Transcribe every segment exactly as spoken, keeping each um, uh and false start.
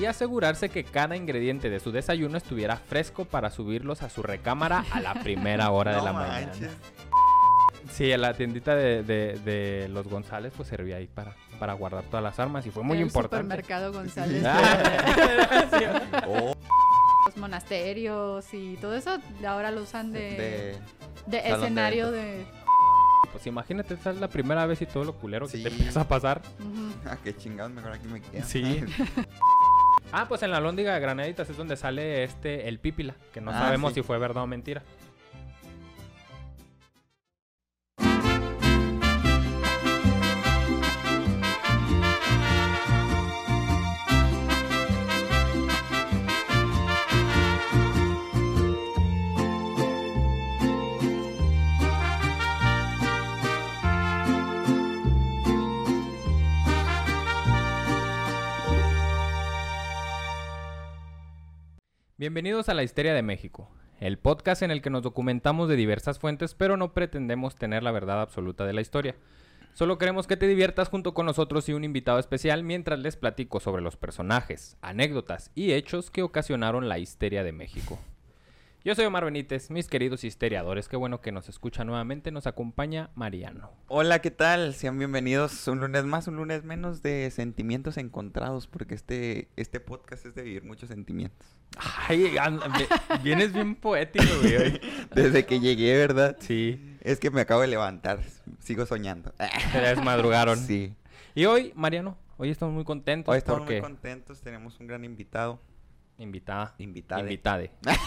y asegurarse que cada ingrediente de su desayuno estuviera fresco para subirlos a su recámara a la primera hora No de la manches. mañana. Sí, en la tiendita de, de, de los González pues servía ahí para, para guardar todas las armas y fue muy el importante. supermercado González. Ah, sí. Oh, Los monasterios y todo eso ahora lo usan de, de... de salón de escenario eventos. de... Pues imagínate, esta es la primera vez y todo lo culero Sí. que te empieza a pasar. Ujú. Ah, qué chingados, mejor aquí me quedo. Sí. Ah, pues en la Lóndiga de Granaditas es donde sale este, el Pípila, que no Ah, sabemos sí. si fue verdad o mentira. Bienvenidos a La Histeria de México, el podcast en el que nos documentamos de diversas fuentes, pero no pretendemos tener la verdad absoluta de la historia. Solo queremos que te diviertas junto con nosotros y un invitado especial mientras les platico sobre los personajes, anécdotas y hechos que ocasionaron la histeria de México. Yo soy Omar Benítez, mis queridos historiadores, qué bueno que nos escucha nuevamente, nos acompaña Mariano. Hola, ¿qué tal? Sean bienvenidos un lunes más, un lunes menos de sentimientos encontrados, porque este, este podcast es de vivir muchos sentimientos. Ay, anda, ve- vienes bien poético, güey. hoy. Desde que llegué, ¿verdad? Sí, Es que me acabo de levantar, sigo soñando. se desmadrugaron. Sí. Y hoy, Mariano, hoy estamos muy contentos Hoy estamos porque... muy contentos, tenemos un gran invitado. Invitada. Invitade. Invitade.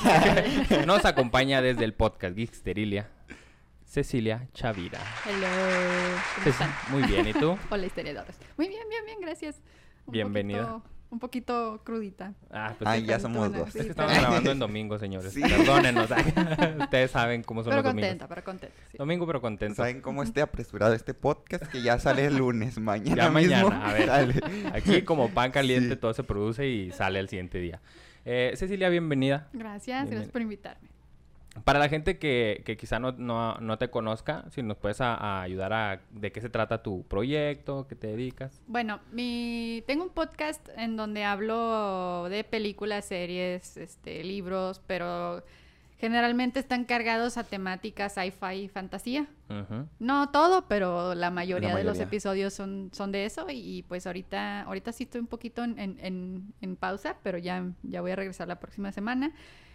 Nos acompaña desde el podcast Geeksterilia, Cecilia Chavira. Hello. ¿Cómo Ceci- están? Muy bien, ¿y tú? Hola, historiadores. Muy bien, bien, bien, gracias. Un Bienvenida. poquito- un poquito crudita. Ah, pues Ay, es, ya Calentona, somos dos. sí, es que estamos pero- grabando en domingo, señores. Sí. Perdónenos. Ustedes saben cómo son Pero los domingos. contenta, pero contenta. sí. Domingo, pero contento. ¿Saben cómo esté apresurado este podcast? Que ya sale el lunes, mañana Ya mismo. mañana, a ver. sale. Aquí como pan caliente Sí. todo se produce y sale el siguiente día. Eh, Cecilia, bienvenida. Gracias, Bien, gracias bien. por invitarme. Para la gente que, que quizá no, no, no te conozca, si nos puedes a- a ayudar a de qué se trata tu proyecto, qué te dedicas. Bueno, mi tengo un podcast en donde hablo de películas, series, este, libros, pero generalmente están cargados a temáticas sci-fi y fantasía. Ujú. No todo, pero la mayoría, La de los mayoría. episodios son, son de eso y pues ahorita, ahorita sí estoy un poquito en, en, en- en pausa, pero ya, ya voy a regresar la próxima semana.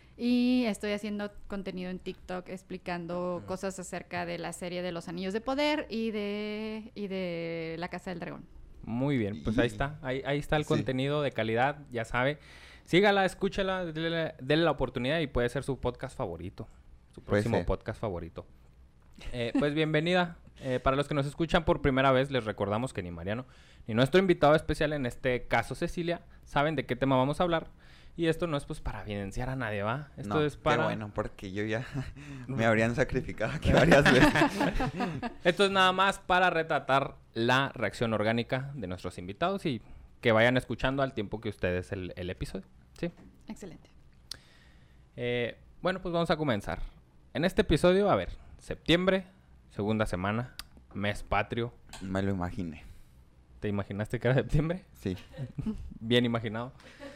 Y estoy haciendo contenido en TikTok explicando cosas acerca de la serie de Los Anillos de Poder y de, y de La Casa del Dragón. Muy bien, pues ahí está, ahí, ahí está el Sí. contenido de calidad, ya sabe. Sígala, escúchala, dele, dele la oportunidad y puede ser su podcast favorito, su Puede próximo ser. podcast favorito. Eh, pues bienvenida. Eh, para los que nos escuchan por primera vez, les recordamos que ni Mariano ni nuestro invitado especial, en este caso Cecilia, saben de qué tema vamos a hablar. Y esto no es pues para evidenciar a nadie, ¿va? Esto No, es para... Qué bueno, porque yo ya me habrían sacrificado aquí varias veces. Esto es nada más para retratar la reacción orgánica de nuestros invitados y que vayan escuchando al tiempo que ustedes el, el episodio. ¿Sí? Excelente. Eh, bueno, pues vamos a comenzar. En este episodio, a ver, septiembre, segunda semana, mes patrio. Me lo imaginé. ¿Te imaginaste que era septiembre? Sí. Bien imaginado.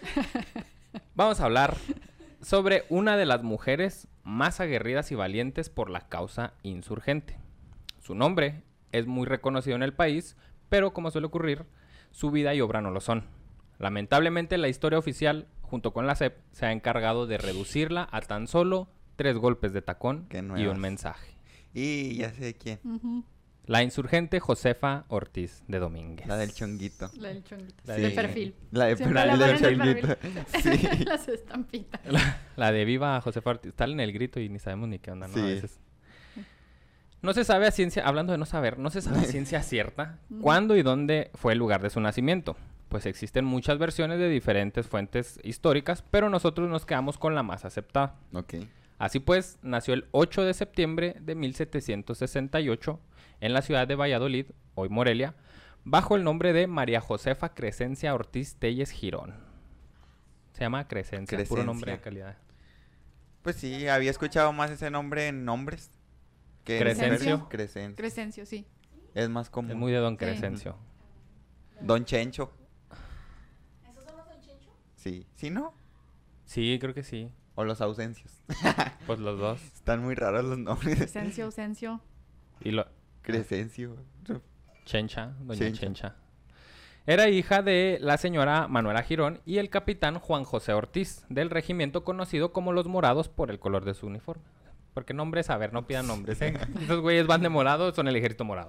Vamos a hablar sobre una de las mujeres más aguerridas y valientes por la causa insurgente. Su nombre es muy reconocido en el país, pero como suele ocurrir, su vida y obra no lo son. Lamentablemente, la historia oficial, junto con la S E P, se ha encargado de reducirla a tan solo tres golpes de tacón Qué y nuevas. un mensaje. Y ya sé quién. Ujú. La insurgente Josefa Ortiz de Domínguez. La del chonguito. La del chonguito. La de del- perfil. La de Siempre perfil la del ponen en chonguito. perfil. Sí. Las estampitas. La, la de Viva Josefa Ortiz. Está en el grito y ni sabemos ni qué onda, ¿no? Sí. A veces. No se sabe a ciencia, hablando de no saber, no se sabe a ciencia cierta cuándo y dónde fue el lugar de su nacimiento. Pues existen muchas versiones de diferentes fuentes históricas, pero nosotros nos quedamos con la más aceptada. Ok. Así pues, nació el ocho de septiembre de mil setecientos sesenta y ocho en la ciudad de Valladolid, hoy Morelia, bajo el nombre de María Josefa Crescencia Ortiz Telles Girón. Se llama Crescencia, puro Crescencia. nombre de calidad. Pues sí, había escuchado más ese nombre en nombres. Que en Crescencio. mujeres. Crescencio. Crescencio, sí. Es más común. Es muy de Don Sí. Crescencio. Don Chencho. Sí. ¿Sí, no? Sí, creo que sí. O los ausencios. Pues los dos. Están muy raros los nombres. Crescencio, Ausencio. Y lo... Crescencio. Chencha, doña Chencha. Chencha. Era hija de la señora Manuela Girón y el capitán Juan José Ortiz, del regimiento conocido como los Morados por el color de su uniforme. Porque nombres, a ver, no pidan nombres, ¿eh? Esos güeyes van de morado, son el ejército morado.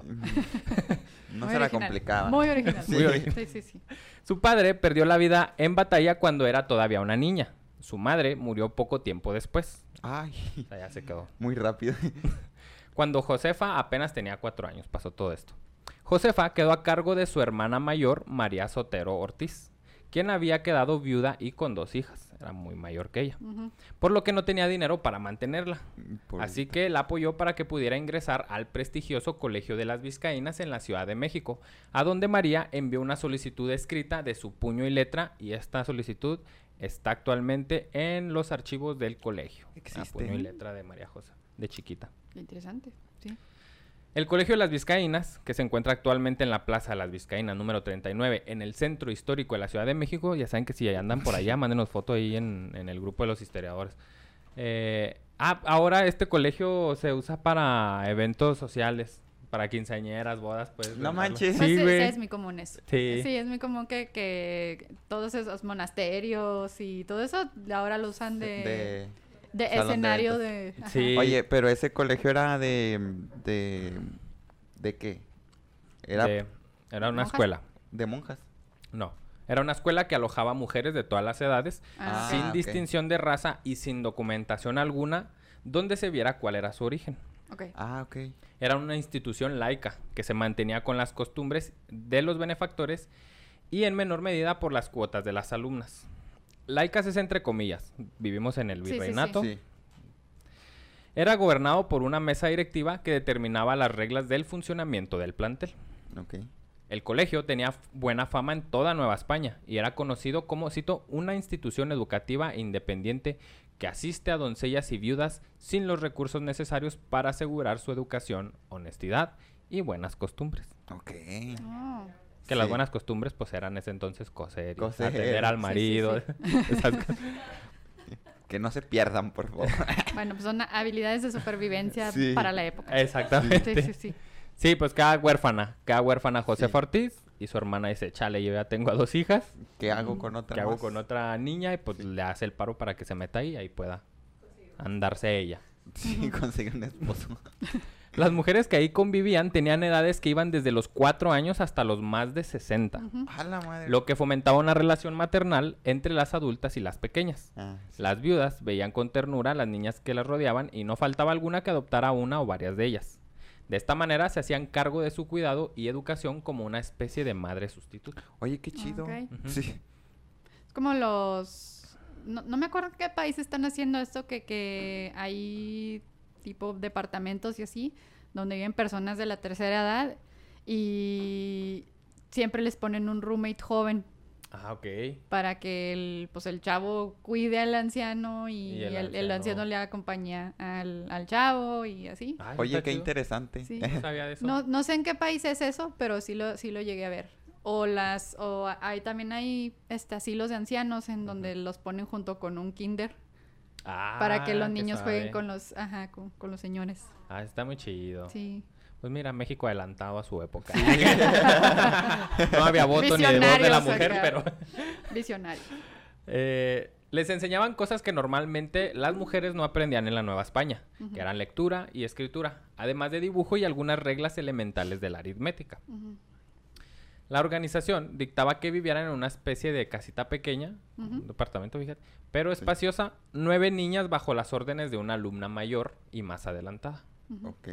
No Muy se la original. complicaba. Muy original. Sí. Muy original. Sí, sí, sí. Su padre perdió la vida en batalla cuando era todavía una niña. Su madre murió poco tiempo después. Ay, O sea, ya se quedó. muy rápido. Cuando Josefa apenas tenía cuatro años, pasó todo esto. Josefa quedó a cargo de su hermana mayor, María Sotero Ortiz, quien había quedado viuda y con dos hijas. Era muy mayor que ella. Ujú. Por lo que no tenía dinero para mantenerla. Pobrecita. Así que la apoyó para que pudiera ingresar al prestigioso Colegio de las Vizcaínas en la Ciudad de México, a donde María envió una solicitud escrita de su puño y letra, y esta solicitud está actualmente en los archivos del colegio. A Existe. puño y letra de María José, de chiquita. Interesante, sí. El Colegio de las Vizcaínas, que se encuentra actualmente en la Plaza de las Vizcaínas número treinta y nueve, en el centro histórico de la Ciudad de México, ya saben que si andan por allá, mándenos foto ahí en, en el grupo de los historiadores. Eh, ah, ahora este colegio se usa para eventos sociales, para quinceañeras, bodas, pues. No rentarlo. manches. Pues Sí, sí, güey. sí, es muy común eso. Sí. Sí, es muy común que, que todos esos monasterios y todo eso ahora lo usan de, De... de salón de escenario eventos. de... ajá. Sí. Oye, pero ese colegio era de... ¿De, de qué? Era De- era una ¿Monjas? escuela. de monjas. No. Era una escuela que alojaba mujeres de todas las edades, Ah, sin ok. distinción de raza y sin documentación alguna, donde se viera cuál era su origen. ok. Ah, ok. Era una institución laica que se mantenía con las costumbres de los benefactores y en menor medida por las cuotas de las alumnas. Laicas es entre comillas. Vivimos en el Sí, sí, sí. virreinato. Sí. Era gobernado por una mesa directiva que determinaba las reglas del funcionamiento del plantel. Ok. El colegio tenía f- buena fama en toda Nueva España y era conocido como, cito, una institución educativa independiente que asiste a doncellas y viudas sin los recursos necesarios para asegurar su educación, honestidad y buenas costumbres. Ok. Oh, Que las Sí. buenas costumbres pues eran ese entonces coser, y Coser. atender al Sí, sí, marido, esas cosas. Que no se pierdan, por favor. bueno, pues son habilidades de supervivencia Sí. para la época. Exactamente. Sí, sí, sí. Sí, pues cada huérfana, cada huérfana Josefa Sí. Ortiz y su hermana dice, chale, yo ya tengo a dos hijas, ¿Qué hago con otra ¿qué hago más? con otra niña? Y pues le hace el paro para que se meta ahí y ahí pueda andarse ella. Sí, conseguir un esposo. Las mujeres que ahí convivían tenían edades que iban desde los cuatro años hasta los más de sesenta, Ujú. A la madre. lo que fomentaba una relación maternal entre las adultas y las pequeñas. Ah, sí. Las viudas veían con ternura a las niñas que las rodeaban y no faltaba alguna que adoptara una o varias de ellas. De esta manera se hacían cargo de su cuidado y educación como una especie de madre sustituta. Oye, qué chido. Ok. Ujú. Sí. Es como los... No, no me acuerdo en qué país están haciendo esto, que, que hay tipo departamentos y así, donde viven personas de la tercera edad y siempre les ponen un roommate joven Ah, ok. para que el, pues el chavo cuide al anciano y, Y el el, el anciano- anciano le haga compañía al, al chavo y así. Ah, Oye, está qué chido. interesante. Sí. No sabía de eso. No, no sé en qué país es eso, pero sí lo, sí lo llegué a ver. O las, o hay también hay este, asilos de ancianos en donde los ponen junto con un kinder Ah, para que los qué niños suave. jueguen con los, ajá, con, con los señores. Ah, está muy chido. Sí. Pues mira, México adelantado a su época. No había voto ni de voz de la Visionarios mujer, acá. pero... Visionario. Eh, les enseñaban cosas que normalmente las mujeres no aprendían en la Nueva España, que eran lectura y escritura, además de dibujo y algunas reglas elementales de la aritmética. Ujú. La organización dictaba que vivieran en una especie de casita pequeña, Ujú. un departamento, fíjate, pero espaciosa, nueve niñas bajo las órdenes de una alumna mayor y más adelantada. Ok.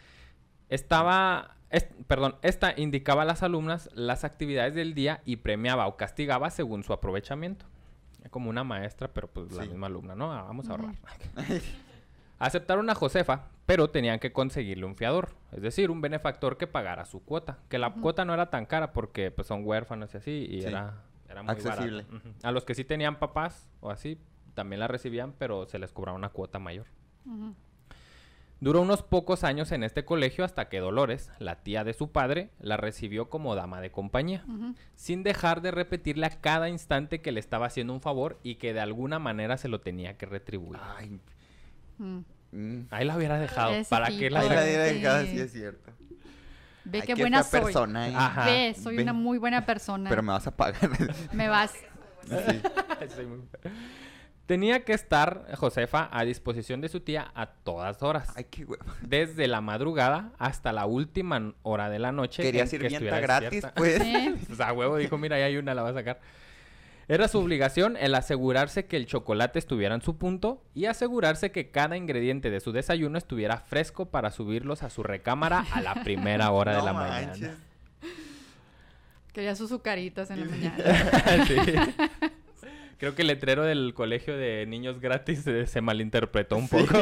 Estaba, es- perdón, esta indicaba a las alumnas las actividades del día y premiaba o castigaba según su aprovechamiento. Como una maestra, pero pues la Sí. misma alumna, ¿no? Ah, vamos a Ujú. ahorrar. Aceptaron a Josefa, pero tenían que conseguirle un fiador, es decir, un benefactor que pagara su cuota, que la Ujú. cuota no era tan cara porque pues son huérfanos y así, y Sí. era, era muy Accesible. barato. Ujú. A los que sí tenían papás o así, también la recibían, pero se les cobraba una cuota mayor. Ujú. Duró unos pocos años en este colegio hasta que Dolores, la tía de su padre, la recibió como dama de compañía, Ujú. sin dejar de repetirle a cada instante que le estaba haciendo un favor y que de alguna manera se lo tenía que retribuir. Ay, Mm. mm. Ahí la hubiera dejado. Ese ¿Para tipo. qué la Ahí la Ay, hubiera sí. dejado, sí es cierto. Ve Ay, qué qué buena fea soy. persona, ¿eh? Ajá. Ve, soy Ve. una muy buena persona. Pero me vas a pagar. Me vas. Sí. Soy muy- Tenía que estar Josefa a disposición de su tía a todas horas. Ay, qué hueva. Desde la madrugada hasta la última hora de la noche. Quería en que sirvienta estuviera gratis, despierta. pues. Sí. O sea, huevo dijo, mira, ahí hay una, la va a sacar. Era su obligación el asegurarse que el chocolate estuviera en su punto y asegurarse que cada ingrediente de su desayuno estuviera fresco para subirlos a su recámara a la primera hora de No la manches. mañana. Quería sus azucaritas en la mañana. Sí. Creo que el letrero del colegio de niños gratis eh, se malinterpretó un poco.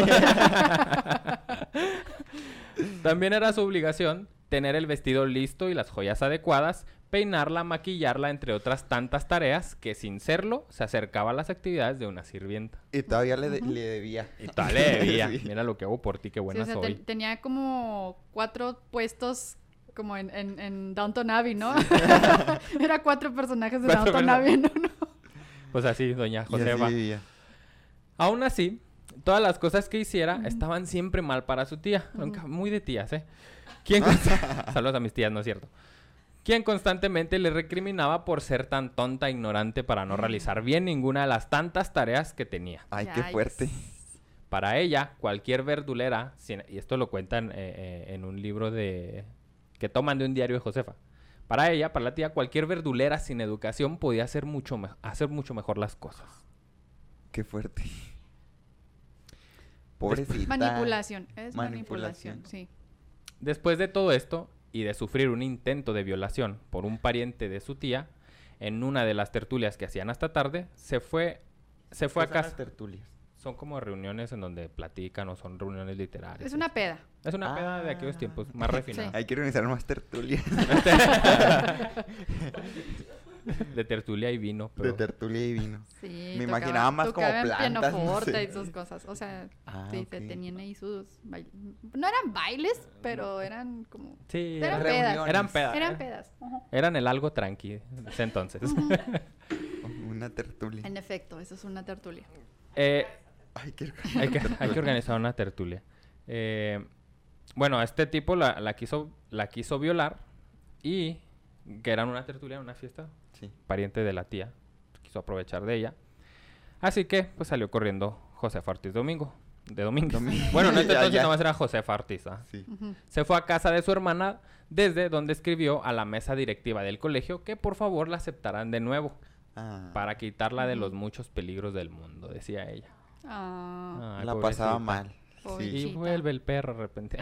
También era su obligación tener el vestido listo y las joyas adecuadas, peinarla, maquillarla, entre otras tantas tareas que sin serlo se acercaba a las actividades de una sirvienta. Y todavía le, de- le debía. Y tal le debía. Sí. Mira lo que hago por ti, qué Sí, buena o sea, soy. te- tenía como cuatro puestos como en, en, en Downton Abbey, ¿no? Era cuatro personajes de Cuatro Downton personas- Abbey en uno. Pues así, doña Y así Josefa. vivía. Aún así, todas las cosas que hiciera estaban siempre mal para su tía. Nunca- Muy de tías, ¿eh? ¿Quién const- Saludos a mis tías, no es cierto. Quien constantemente le recriminaba por ser tan tonta e ignorante para no realizar bien ninguna de las tantas tareas que tenía. Ay, qué Yikes. fuerte. Para ella, cualquier verdulera, sin- y esto lo cuentan eh, eh, en un libro de que toman de un diario de Josefa. Para ella, para la tía, cualquier verdulera sin educación podía hacer mucho, me- hacer mucho mejor las cosas. Qué fuerte. Pobrecita. Manipulación, es Manipulación. manipulación, sí. Después de todo esto y de sufrir un intento de violación por un pariente de su tía, en una de las tertulias que hacían hasta tarde, se fue, se fue a ¿Qué son las casa. tertulias? Son como reuniones en donde platican o son reuniones literarias. Es una peda. Es una peda de aquellos Ah. tiempos, más refinada. Hay que organizar más tertulias. De tertulia y vino, pero... De tertulia y vino. Sí, Me tocaba- imaginaba más como tocaban plantas, no pianoforte sé. y sus cosas. O sea, Ah, sí, ok. se tenían ahí sus bail- No eran bailes, pero eran como... Sí, Eran eran, pedas. Reuniones. eran pedas. Eran pedas. Ajá. Eran el algo tranqui en ese entonces. Una tertulia. En efecto, eso es una tertulia. Eh, Ay, qué hay, que, hay que organizar una tertulia. Eh, bueno, este tipo la, la quiso la quiso violar y que era una tertulia, una fiesta, Sí. pariente de la tía, quiso aprovechar de ella. Así que pues salió corriendo Josefa Ortiz Domingo, de Domingo. Domingo. Bueno, no este Ya, entonces ya. nomás era Josefa Ortiz. ¿ah? Sí. Ujú. Se fue a casa de su hermana, desde donde escribió a la mesa directiva del colegio que por favor la aceptaran de nuevo Ah, para quitarla de los muchos peligros del mundo, decía ella. Ah, Ay, la pasaba pobrecita. mal. Pobre. Y Pobrecita. vuelve el perro de repente.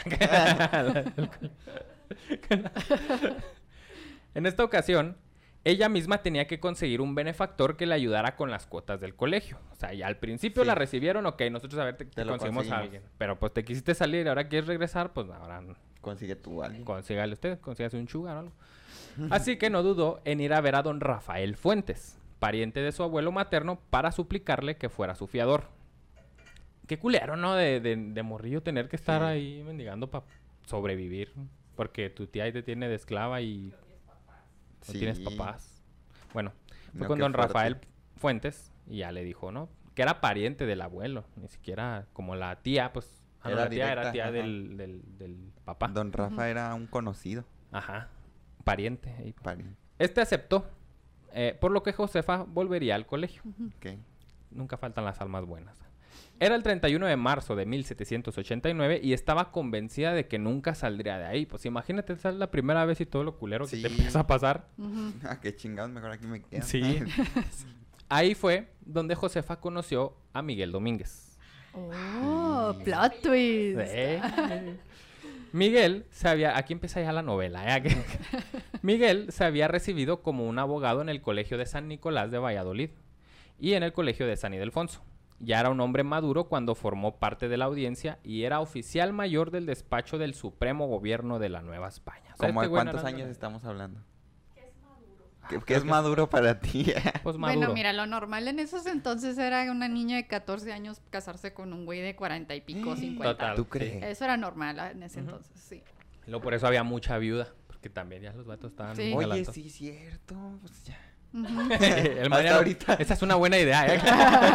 En esta ocasión, ella misma tenía que conseguir un benefactor que le ayudara con las cuotas del colegio. O sea, ya al principio Sí. la recibieron, ok, nosotros a ver, te, Te te lo conseguimos a conseguimos. alguien. Pero pues te quisiste salir y ahora quieres regresar, pues ahora Consigue tu alguien. consígale usted, consígase un sugar o algo. Así que no dudó en ir a ver a don Rafael Fuentes, pariente de su abuelo materno, para suplicarle que fuera su fiador. Qué culero, ¿no? De, de, de morrillo tener que estar Sí. ahí mendigando para sobrevivir. Porque tu tía ahí te tiene de esclava y no Sí. tienes papás. Bueno, fue No, con qué don fuerte. Rafael Fuentes y ya le dijo, ¿no? Que era pariente del abuelo, ni siquiera como la tía, pues... ah, no, Era la tía era directa, tía ajá. del, del, del papá. Don Rafa era un conocido. Ajá, pariente. ahí. Pari. Este aceptó, eh, por lo que Josefa volvería al colegio. Ok. Nunca faltan las almas buenas. Era el treinta y uno de marzo de mil setecientos ochenta y nueve y estaba convencida de que nunca saldría de ahí. Pues imagínate, esa es la primera vez y todo lo culero que te Sí. empieza a pasar. ujú. Ah, qué chingados, mejor aquí me quedo. Sí. Ahí fue donde Josefa conoció a Miguel Domínguez. Oh, plot twist. Eh. Miguel se había... Aquí empieza ya la novela. ¿eh? Aquí- Miguel se había recibido como un abogado en el Colegio de San Nicolás de Valladolid y en el Colegio de San Ildefonso. Ya era un hombre maduro cuando formó parte de la audiencia y era oficial mayor del despacho del Supremo Gobierno de la Nueva España. O sea, ¿Cómo este de güey no cuántos era- años estamos hablando? ¿Qué, qué es maduro para ti? Pues maduro. Bueno, mira, lo normal en esos entonces era una niña de catorce años casarse con un güey de cuarenta y pico, cincuenta. Total. ¿Tú crees? Eso era normal ah, en ese Ujú. entonces, sí. Luego por eso había mucha viuda. Porque también ya los vatos estaban Sí. muy Oye, galantos. sí, cierto. Pues ya. Ujú. El Hasta Mariano, ahorita. esa es una buena idea, ¿eh?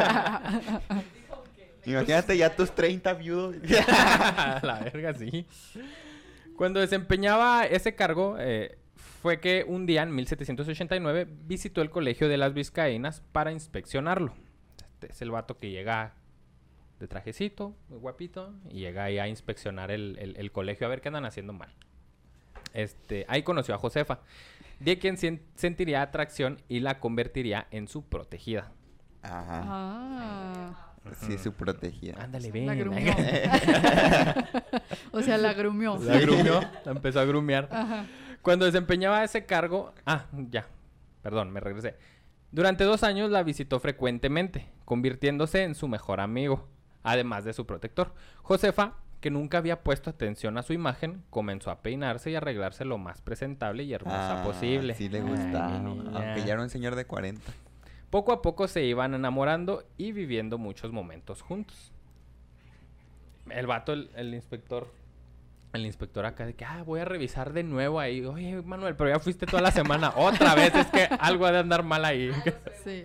Imagínate ya tus treinta viudos. La verga, sí. Cuando desempeñaba ese cargo, eh, fue que un día, en mil setecientos ochenta y nueve, visitó el colegio de las Vizcaínas para inspeccionarlo. Este es el vato que llega de trajecito, muy guapito, y llega ahí a inspeccionar el, el- el colegio a ver qué andan haciendo mal. Este, ahí conoció a Josefa, de quien sien- sentiría atracción y la convertiría en su protegida. Ajá. Ah, Sí, su protegida. Ándale, la ven. grumió. O sea, la grumió. La grumió, la empezó a grumear. Ajá. Cuando desempeñaba ese cargo... Ah, ya. Perdón, me regresé. Durante dos años la visitó frecuentemente, convirtiéndose en su mejor amigo, además de su protector. Josefa, que nunca había puesto atención a su imagen, comenzó a peinarse y arreglarse lo más presentable y hermosa Ah, posible. Sí le Ay, gustaba. mi niña. Aunque ya era un señor de cuarenta. Poco a poco se iban enamorando y viviendo muchos momentos juntos. El vato, el, el inspector, el inspector acá de que, ah, voy a revisar de nuevo ahí. Oye, Manuel, pero ya fuiste toda la semana. Otra vez, es que algo ha de andar mal ahí. Sí.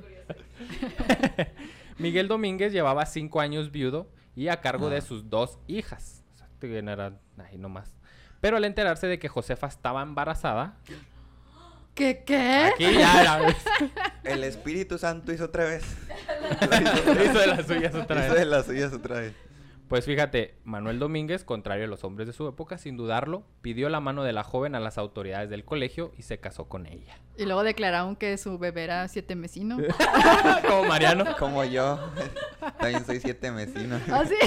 Miguel Domínguez llevaba cinco años viudo y a cargo de Ah. sus dos hijas. O sea, que no era ahí nomás. Pero al enterarse de que Josefa estaba embarazada, ¿Qué qué? aquí ya era, El Espíritu Santo hizo otra vez. hizo de las suyas otra Hizo vez. de las suyas otra vez. Pues fíjate, Manuel Domínguez, contrario a los hombres de su época, sin dudarlo, pidió la mano de la joven a las autoridades del colegio y se casó con ella. Y luego declararon que su bebé era siete mesino. Como Mariano. Como yo. También soy siete vecinos. ¿Ah, sí?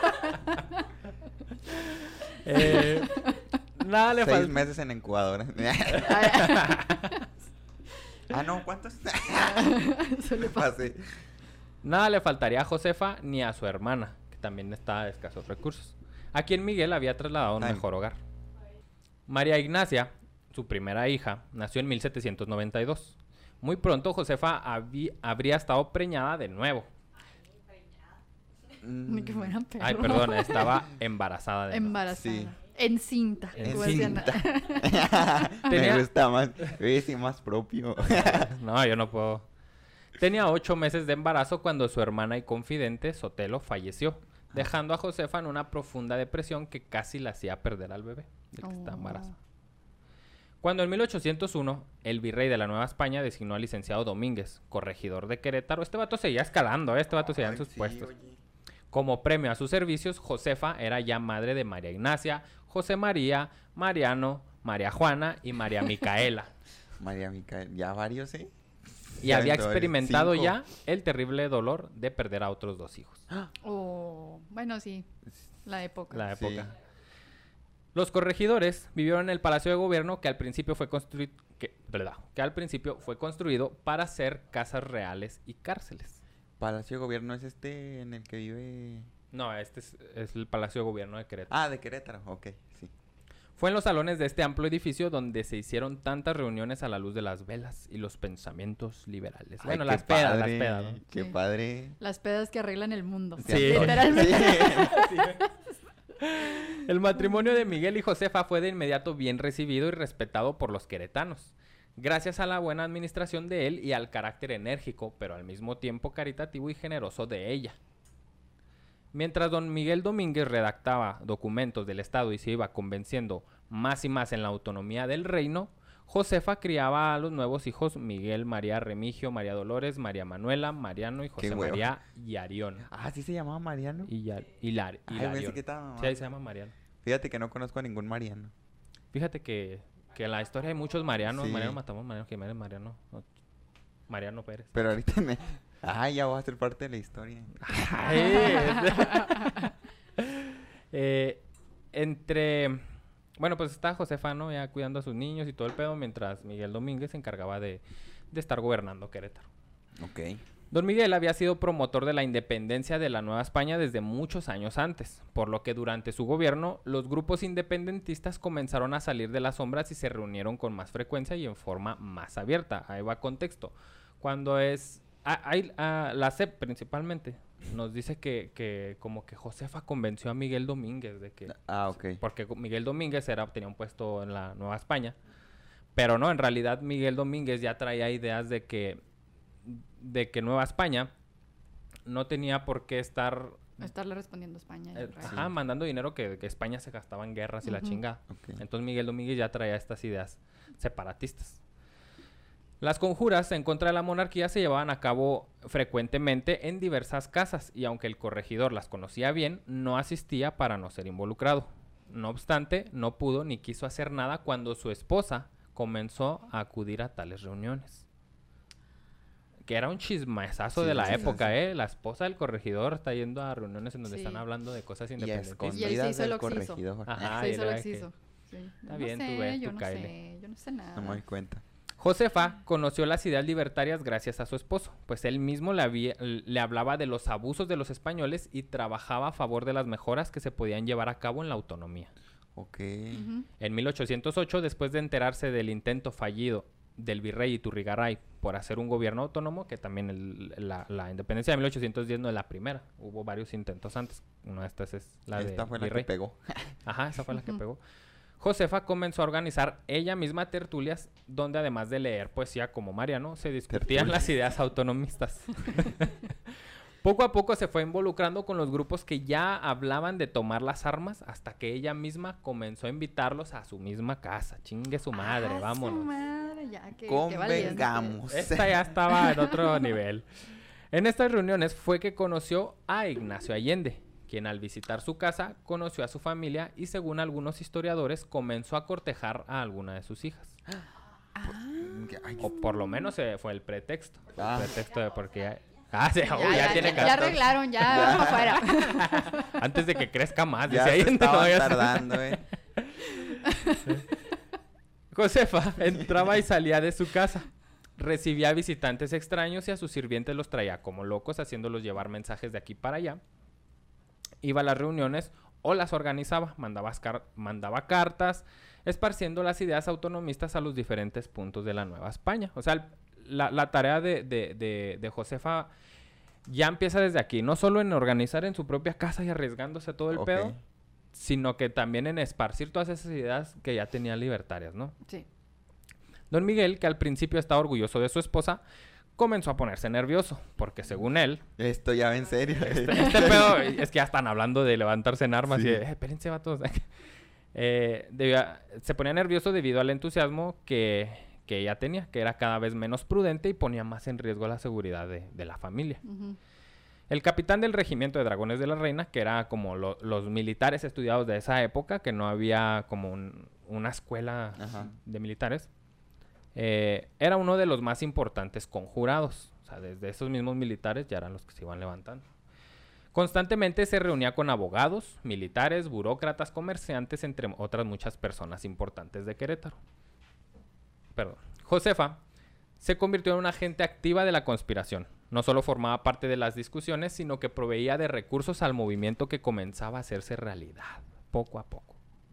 Eh, nada le Seis faltó. meses en incubadora. Ah, no, ¿cuántos? Eso le pasa. Pasé. Nada le faltaría a Josefa ni a su hermana, que también estaba de escasos recursos, a quien Miguel había trasladado a un Ay. mejor hogar. María Ignacia, su primera hija, nació en mil setecientos noventa y dos. Muy pronto Josefa habí- habría estado preñada de nuevo. Ni que fueran perros. Ay, perdón, estaba embarazada de nuevo. Embarazada. Sí. Encinta. En como decían. cinta. Tenía- Me gusta más. Oye, sí, más propio. No, yo no puedo. Tenía ocho meses de embarazo cuando su hermana y confidente, Sotelo, falleció, dejando a Josefa en una profunda depresión que casi la hacía perder al bebé, de que está Oh. embarazada. Cuando en mil ochocientos uno, el virrey de la Nueva España designó al licenciado Domínguez, corregidor de Querétaro, este vato seguía escalando, ¿eh? Este vato seguía en Ay, sus sí, puestos. oye. Como premio a sus servicios, Josefa era ya madre de María Ignacia, José María, Mariano, María Juana y María Micaela. María Micael. Ya varios, ¿eh? Y Ya había aventó varios. experimentado Cinco. ya el terrible dolor de perder a otros dos hijos. Oh, bueno, sí. La época. La Sí. época. Los corregidores vivieron en el Palacio de Gobierno que al principio fue construido que, ¿verdad? que al principio fue construido para ser casas reales y cárceles. Palacio de Gobierno es este en el que vive... No, este es, es el Palacio de Gobierno de Querétaro. Ah, de Querétaro. Ok, sí. Fue en los salones de este amplio edificio donde se hicieron tantas reuniones a la luz de las velas y los pensamientos liberales. Ay, Bueno, qué las pedas, las padre, pedas, ¿no? Qué Sí. padre. Las pedas que arreglan el mundo. Sí. Literalmente. Sí. El matrimonio de Miguel y Josefa fue de inmediato bien recibido y respetado por los queretanos, gracias a la buena administración de él y al carácter enérgico, pero al mismo tiempo caritativo y generoso de ella. Mientras don Miguel Domínguez redactaba documentos del Estado y se iba convenciendo más y más en la autonomía del reino, Josefa criaba a los nuevos hijos Miguel, María Remigio, María Dolores, María Manuela, Mariano y José Qué hueva. María Yarión. Ah, ¿sí se llamaba Mariano? Y Yar- Hilar- Ay, Hilarión. pensé que estaba Sí, ahí se llama Mariano. Fíjate que no conozco a ningún Mariano. Fíjate que, que en la historia hay muchos Marianos. Sí. Mariano Matamos, Mariano Jiménez, Mariano... no, Mariano Pérez. Pero ahorita me... Ay, ya voy a ser parte de la historia. Ay, eh, entre... Bueno, pues está Josefa, ¿no? Ya cuidando a sus niños y todo el pedo, mientras Miguel Domínguez se encargaba de, de estar gobernando Querétaro. Ok. Don Miguel había sido promotor de la independencia de la Nueva España desde muchos años antes, por lo que durante su gobierno los grupos independentistas comenzaron a salir de las sombras y se reunieron con más frecuencia y en forma más abierta. Ahí va contexto. Cuando es... ah, hay, ah, la C E P principalmente nos dice que, que como que Josefa convenció a Miguel Domínguez de que... Ah, ok. Porque Miguel Domínguez era, tenía un puesto en la Nueva España. Pero no, en realidad Miguel Domínguez ya traía ideas de que... de que Nueva España no tenía por qué estar... Estarle respondiendo a España. eh, yo ajá, creo. mandando dinero que, que España se gastaba en guerras y la Ujú. chingada. Ok. Entonces Miguel Domínguez ya traía estas ideas separatistas. Las conjuras en contra de la monarquía se llevaban a cabo frecuentemente en diversas casas y aunque el corregidor las conocía bien, no asistía para no ser involucrado. No obstante, no pudo ni quiso hacer nada cuando su esposa comenzó a acudir a tales reuniones. Que era un chismesazo Sí, de la sí, sí, época, sí. ¿eh? La esposa del corregidor está yendo a reuniones en donde Sí. están hablando de cosas Y a independentistas. Y él se escondidas hizo el del oxiso. corregidor. Ajá. Ah, Se y hizo él el era que- oxiso. Sí. Está Yo bien, no tú sé, ve, yo tú no cáele. sé, yo no sé nada. No me doy cuenta. Josefa conoció las ideas libertarias gracias a su esposo, pues él mismo le, había- le hablaba de los abusos de los españoles y trabajaba a favor de las mejoras que se podían llevar a cabo en la autonomía. Ok. Ujú. En mil ochocientos ocho, después de enterarse del intento fallido del virrey Iturrigaray por hacer un gobierno autónomo, que también el- la, la independencia de mil ochocientos diez no es la primera, hubo varios intentos antes, una de estas es la Esta de fue la virrey. que pegó. Ajá, esa fue la que Ujú. pegó. Josefa comenzó a organizar ella misma tertulias donde además de leer poesía como Mariano, se discutían Tertulias. las ideas autonomistas. Poco a poco se fue involucrando con los grupos que ya hablaban de tomar las armas hasta que ella misma comenzó a invitarlos a su misma casa. Chingue su madre, Ah, su vámonos. madre, ya, qué- qué valiente. Convengamos. Esta ya estaba en otro nivel. En estas reuniones fue que conoció a Ignacio Allende, quien al visitar su casa conoció a su familia y según algunos historiadores comenzó a cortejar a alguna de sus hijas. Ay, O por lo menos eh, fue el pretexto. Fue Ah. el pretexto de porque ya... Ah, sí, Ya, oh, ya, ya, tiene ya, ya catorce. arreglaron, ya, Ya. vamos afuera. Antes de que crezca más. ya dice se Allende, estaban no, ya se- tardando, eh. Josefa entraba y salía de su casa. Recibía visitantes extraños y a sus sirvientes los traía como locos, haciéndolos llevar mensajes de aquí para allá. Iba a las reuniones o las organizaba, mandaba, car- mandaba cartas, esparciendo las ideas autonomistas a los diferentes puntos de la Nueva España. O sea, el- la, la tarea de, de, de, de Josefa ya empieza desde aquí, no solo en organizar en su propia casa y arriesgándose todo el Ok. pedo, sino que también en esparcir todas esas ideas que ya tenía libertarias, ¿no? Sí. Don Miguel, que al principio estaba orgulloso de su esposa, comenzó a ponerse nervioso, porque según él, Esto ya va en serio. este, este pedo, es que ya están hablando de levantarse en armas Sí. y de, eh, espérense, vatos. eh, debía- se ponía nervioso debido al entusiasmo que, que ella tenía, que era cada vez menos prudente y ponía más en riesgo la seguridad de, de la familia. Ujú. El capitán del regimiento de dragones de la reina, que era como lo- los militares estudiados de esa época, que no había como un- una escuela Ajá. de militares, eh, era uno de los más importantes conjurados. O sea, desde esos mismos militares ya eran los que se iban levantando. Constantemente se reunía con abogados, militares, burócratas, comerciantes, entre otras muchas personas importantes de Querétaro. Perdón. Josefa se convirtió en una agente activa de la conspiración. No solo formaba parte de las discusiones, sino que proveía de recursos al movimiento que comenzaba a hacerse realidad, poco a poco.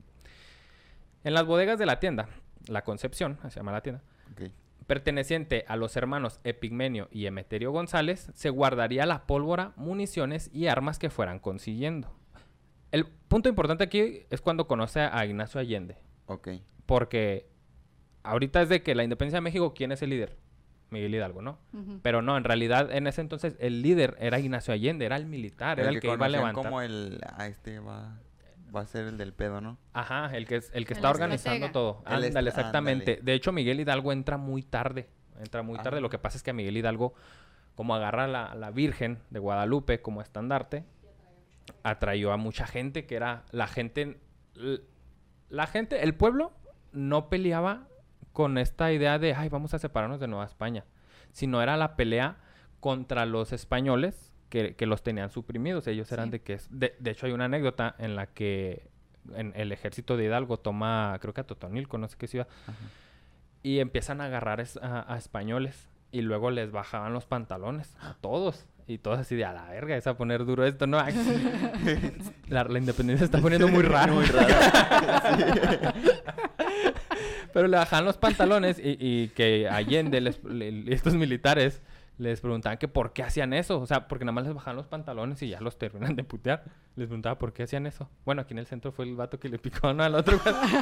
En las bodegas de la tienda, La Concepción, se llama la tienda, Ok. perteneciente a los hermanos Epigmenio y Emeterio González, se guardaría la pólvora, municiones y armas que fueran consiguiendo. El punto importante aquí es cuando conoce a Ignacio Allende, Ok. porque ahorita es de que la independencia de México, ¿quién es el líder? Miguel Hidalgo, ¿no? Ujú. Pero no, en realidad en ese entonces el líder era Ignacio Allende, era el militar, era el, que, iba a conocían levantar. como el... Ah, este va... Va a ser el del pedo, ¿no? Ajá, el que, es- el que El está organizando estratega. todo. El est- Ándale, exactamente. ándale. De hecho, Miguel Hidalgo entra muy tarde. Entra muy tarde. Ah. Lo que pasa es que a Miguel Hidalgo, como agarra la, la Virgen de Guadalupe como estandarte, atrayó a mucha gente que era la gente... l- La gente, el pueblo no peleaba con esta idea de, ay, vamos a separarnos de Nueva España. Sino era la pelea contra los españoles que, que los tenían suprimidos. Ellos eran Sí. de que... es- De, de hecho, hay una anécdota en la que en el ejército de Hidalgo toma, creo que a Totonilco, no sé qué ciudad, Ajá. y empiezan a agarrar es- a, a españoles. y luego les bajaban los pantalones a todos. Y todos así de, a la verga, es a poner duro esto, ¿no? la, la independencia se está poniendo muy rara. Muy rara. Sí. Pero le bajaban los pantalones y, y que Allende, les, le, estos militares, les preguntaban que por qué hacían eso. O sea, porque nada más les bajaban los pantalones y ya los terminan de putear. Les preguntaba por qué hacían eso. Bueno, aquí en el centro fue el vato que le picó, ¿no? Al otro.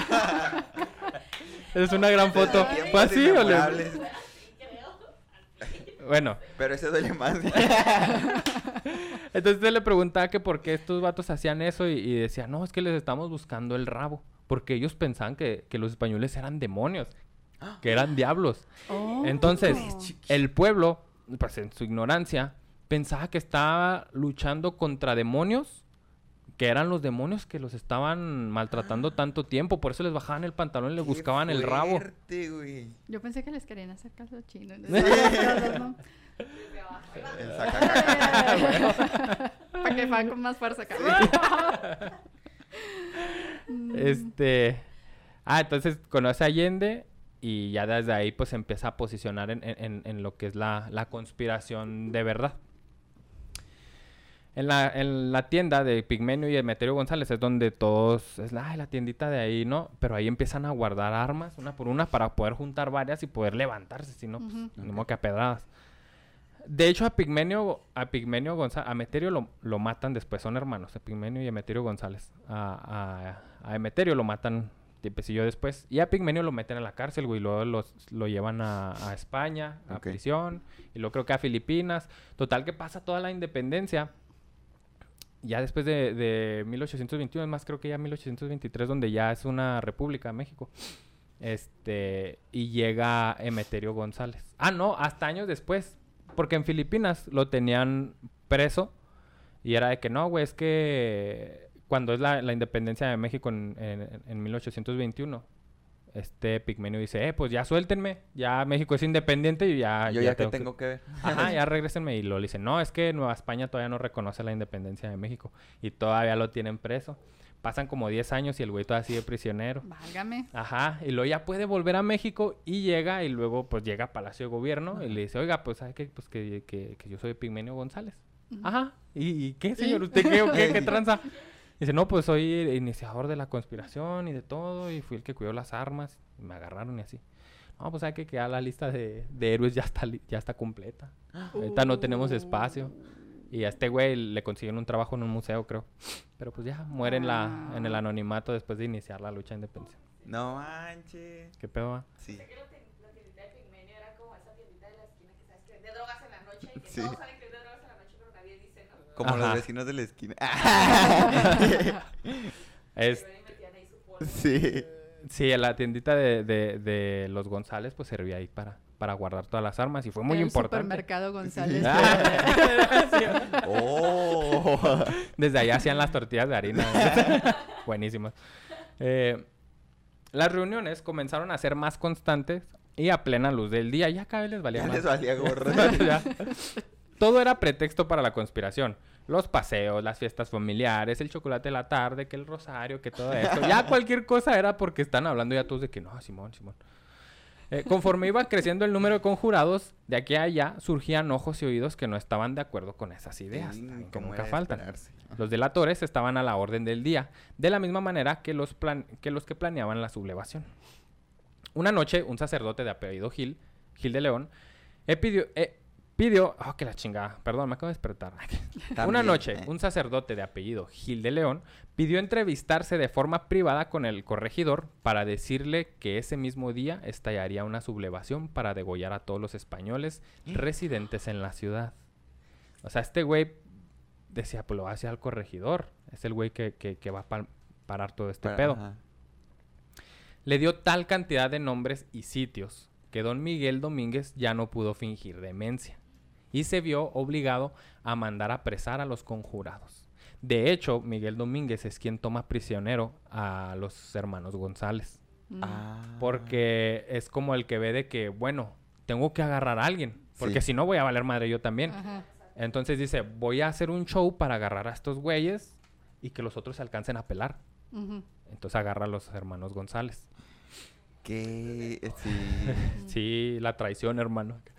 Es una gran foto. ¿Fue así o le...? Bueno. Pero ese duele más. Entonces él le preguntaba que por qué estos vatos hacían eso y, y decía, no, es que les estamos buscando el rabo. Porque ellos pensaban que, que los españoles eran demonios, que eran diablos. Oh. Entonces, el pueblo, pues en su ignorancia, pensaba que estaba luchando contra demonios, que eran los demonios que los estaban maltratando tanto tiempo. Por eso les bajaban el pantalón y les buscaban fuerte, el rabo. Güey. Yo pensé que les querían hacer caso chino. Para que van con más fuerza. Este... Ah, entonces conoce a Allende y ya desde ahí pues se empieza a posicionar en, en, en lo que es la, la conspiración de verdad. En la, en la tienda de Pigmenio y Emeterio González es donde todos... Es la, ay, la tiendita de ahí, ¿no? Pero ahí empiezan a guardar armas, una por una, para poder juntar varias y poder levantarse, si no, pues, uh-huh. ni modo que a pedradas. De hecho, a Pigmenio, a Pigmenio González, a Emeterio lo, lo matan después, son hermanos, a Pigmenio y Emeterio González. A, a, a Emeterio lo matan tiempecillo después. Y a Pigmenio lo meten a la cárcel, güey, y luego los, lo llevan a, a España, a okay. prisión, y luego creo que a Filipinas. Total que pasa toda la independencia. Ya después de, de mil ochocientos veintiuno, es más, creo que ya mil ochocientos veintitrés, donde ya es una república México. Este, y llega Emeterio González. Ah, no, hasta años después. Porque en Filipinas lo tenían preso. Y era de que no, güey, es que cuando es la, la independencia de México en, en, en mil ochocientos veintiuno, este Pigmenio dice, eh, pues ya suéltenme. Ya México es independiente y ya... Yo ya, ya que tengo que... que ver. Ajá, ya regrésenme. Y lo dicen, no, es que Nueva España todavía no reconoce la independencia de México. Y todavía lo tienen preso. Pasan como diez años y el güey todavía sigue prisionero. Válgame. Ajá, y luego ya puede volver a México y llega, y luego pues llega a Palacio de Gobierno. Ajá. Y le dice, oiga, pues ¿sabe qué? Pues que, que, que yo soy Pigmenio González. Uh-huh. Ajá, ¿Y, ¿y qué, señor? ¿Sí? ¿Usted qué o qué? ¿Qué tranza? Dice, no, pues soy el iniciador de la conspiración y de todo, y fui el que cuidó las armas, y me agarraron y así. No, pues sabe que ya la lista de, de héroes ya está, ya está completa. Uh. Ahorita no tenemos espacio. Y a este güey le consiguieron un trabajo en un museo, creo. Pero pues ya, muere en, la, en el anonimato después de iniciar la lucha de independencia. No manches. ¿Qué pedo va? Sí. Sé que la tiendita de Pigmenio era como esa tiendita de la esquina que sabes que vende drogas en la noche y que sí. Todos saben que vende drogas en la noche, pero nadie dice, ¿no? Como Ajá. los vecinos de la esquina. es... Sí. Sí, la tiendita de, de, de los González pues servía ahí para, para guardar todas las armas y fue muy el importante. El supermercado González. Sí. Oh. Desde allá hacían las tortillas de harina. Buenísimas. Eh, las reuniones comenzaron a ser más constantes y a plena luz del día. Ya cada vez les valía ya más. les valía gorro. Todo era pretexto para la conspiración. Los paseos, las fiestas familiares, el chocolate de la tarde, que el rosario, que todo eso. Ya cualquier cosa era porque están hablando ya todos de que no, Simón, Simón. Eh, conforme iba creciendo el número de conjurados, de aquí a allá surgían ojos y oídos que no estaban de acuerdo con esas ideas, sí, que nunca faltan. Los delatores estaban a la orden del día, de la misma manera que los, plan- que, los que planeaban la sublevación. Una noche, un sacerdote de apellido Gil, Gil de León, eh, pidió... Eh, Pidió... Oh, que la chingada. Perdón, me acabo de despertar. También, Una noche, eh. un sacerdote de apellido Gil de León pidió entrevistarse de forma privada con el corregidor para decirle que ese mismo día estallaría una sublevación para degollar a todos los españoles residentes en la ciudad. O sea, este güey decía, pues lo hace al corregidor. Es el güey que, que, que va a pa- parar todo este para, pedo. Ajá. Le dio tal cantidad de nombres y sitios que don Miguel Domínguez ya no pudo fingir demencia. Y se vio obligado a mandar a apresar a los conjurados. De hecho, Miguel Domínguez es quien toma prisionero a los hermanos González. Ah. Porque es como el que ve de que, bueno, tengo que agarrar a alguien. Porque sí. si no voy a valer madre yo también. Ajá. Entonces dice, voy a hacer un show para agarrar a estos güeyes y que los otros se alcancen a pelar. Uh-huh. Entonces agarra a los hermanos González. ¿Qué? Sí. Sí, la traición, hermano.